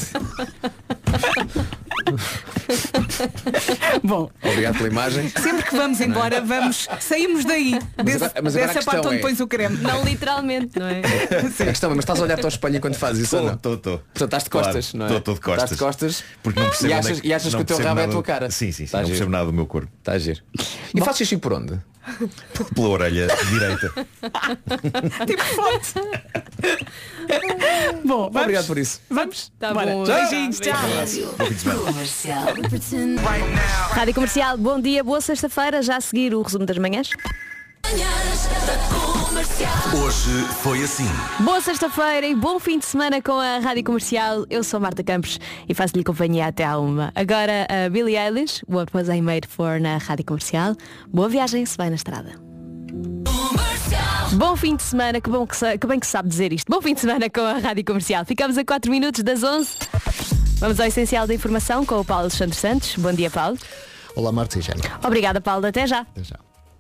Bom, obrigado pela imagem. Sempre que vamos embora, saímos daí dessa parte onde pões o creme. Não literalmente, não é? A questão é, mas estás a olhar-te ao espelho enquanto fazes isso? Estou. Portanto, estás de costas, claro, não é? Estou de costas. Estás de costas porque não percebo e achas que o teu rabo é a tua cara. Sim, não percebo nada do meu corpo. Está a giro. E fazes xixi por onde? Pela orelha direita. Tipo forte. Bom, vamos. Obrigado por isso. Vamos. Tá bom. Beijinhos, tchau. Rádio Comercial, bom dia, boa sexta-feira. Já a seguir o resumo das manhãs. Hoje foi assim. Boa sexta-feira e bom fim de semana com a Rádio Comercial. Eu sou Marta Campos e faço-lhe companhia até à 1. Agora a Billie Eilish, What Was I Made For na Rádio Comercial. Boa viagem, se vai na estrada. Bom fim de semana, que bem que sabe dizer isto. Bom fim de semana com a Rádio Comercial. Ficamos a 4 minutos das 11. Vamos ao essencial da informação com o Paulo Alexandre Santos. Bom dia, Paulo. Olá, Marta e Jana. Obrigada, Paulo. Até já. Até já.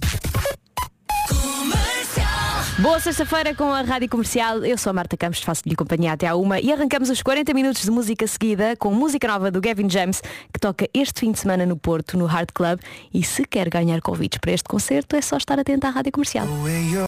Boa sexta-feira com a Rádio Comercial. Eu sou a Marta Campos, faço-lhe companhia até à 1 e arrancamos os 40 minutos de música seguida com música nova do Gavin James, que toca este fim de semana no Porto, no Hard Club. E se quer ganhar convites para este concerto, é só estar atento à Rádio Comercial.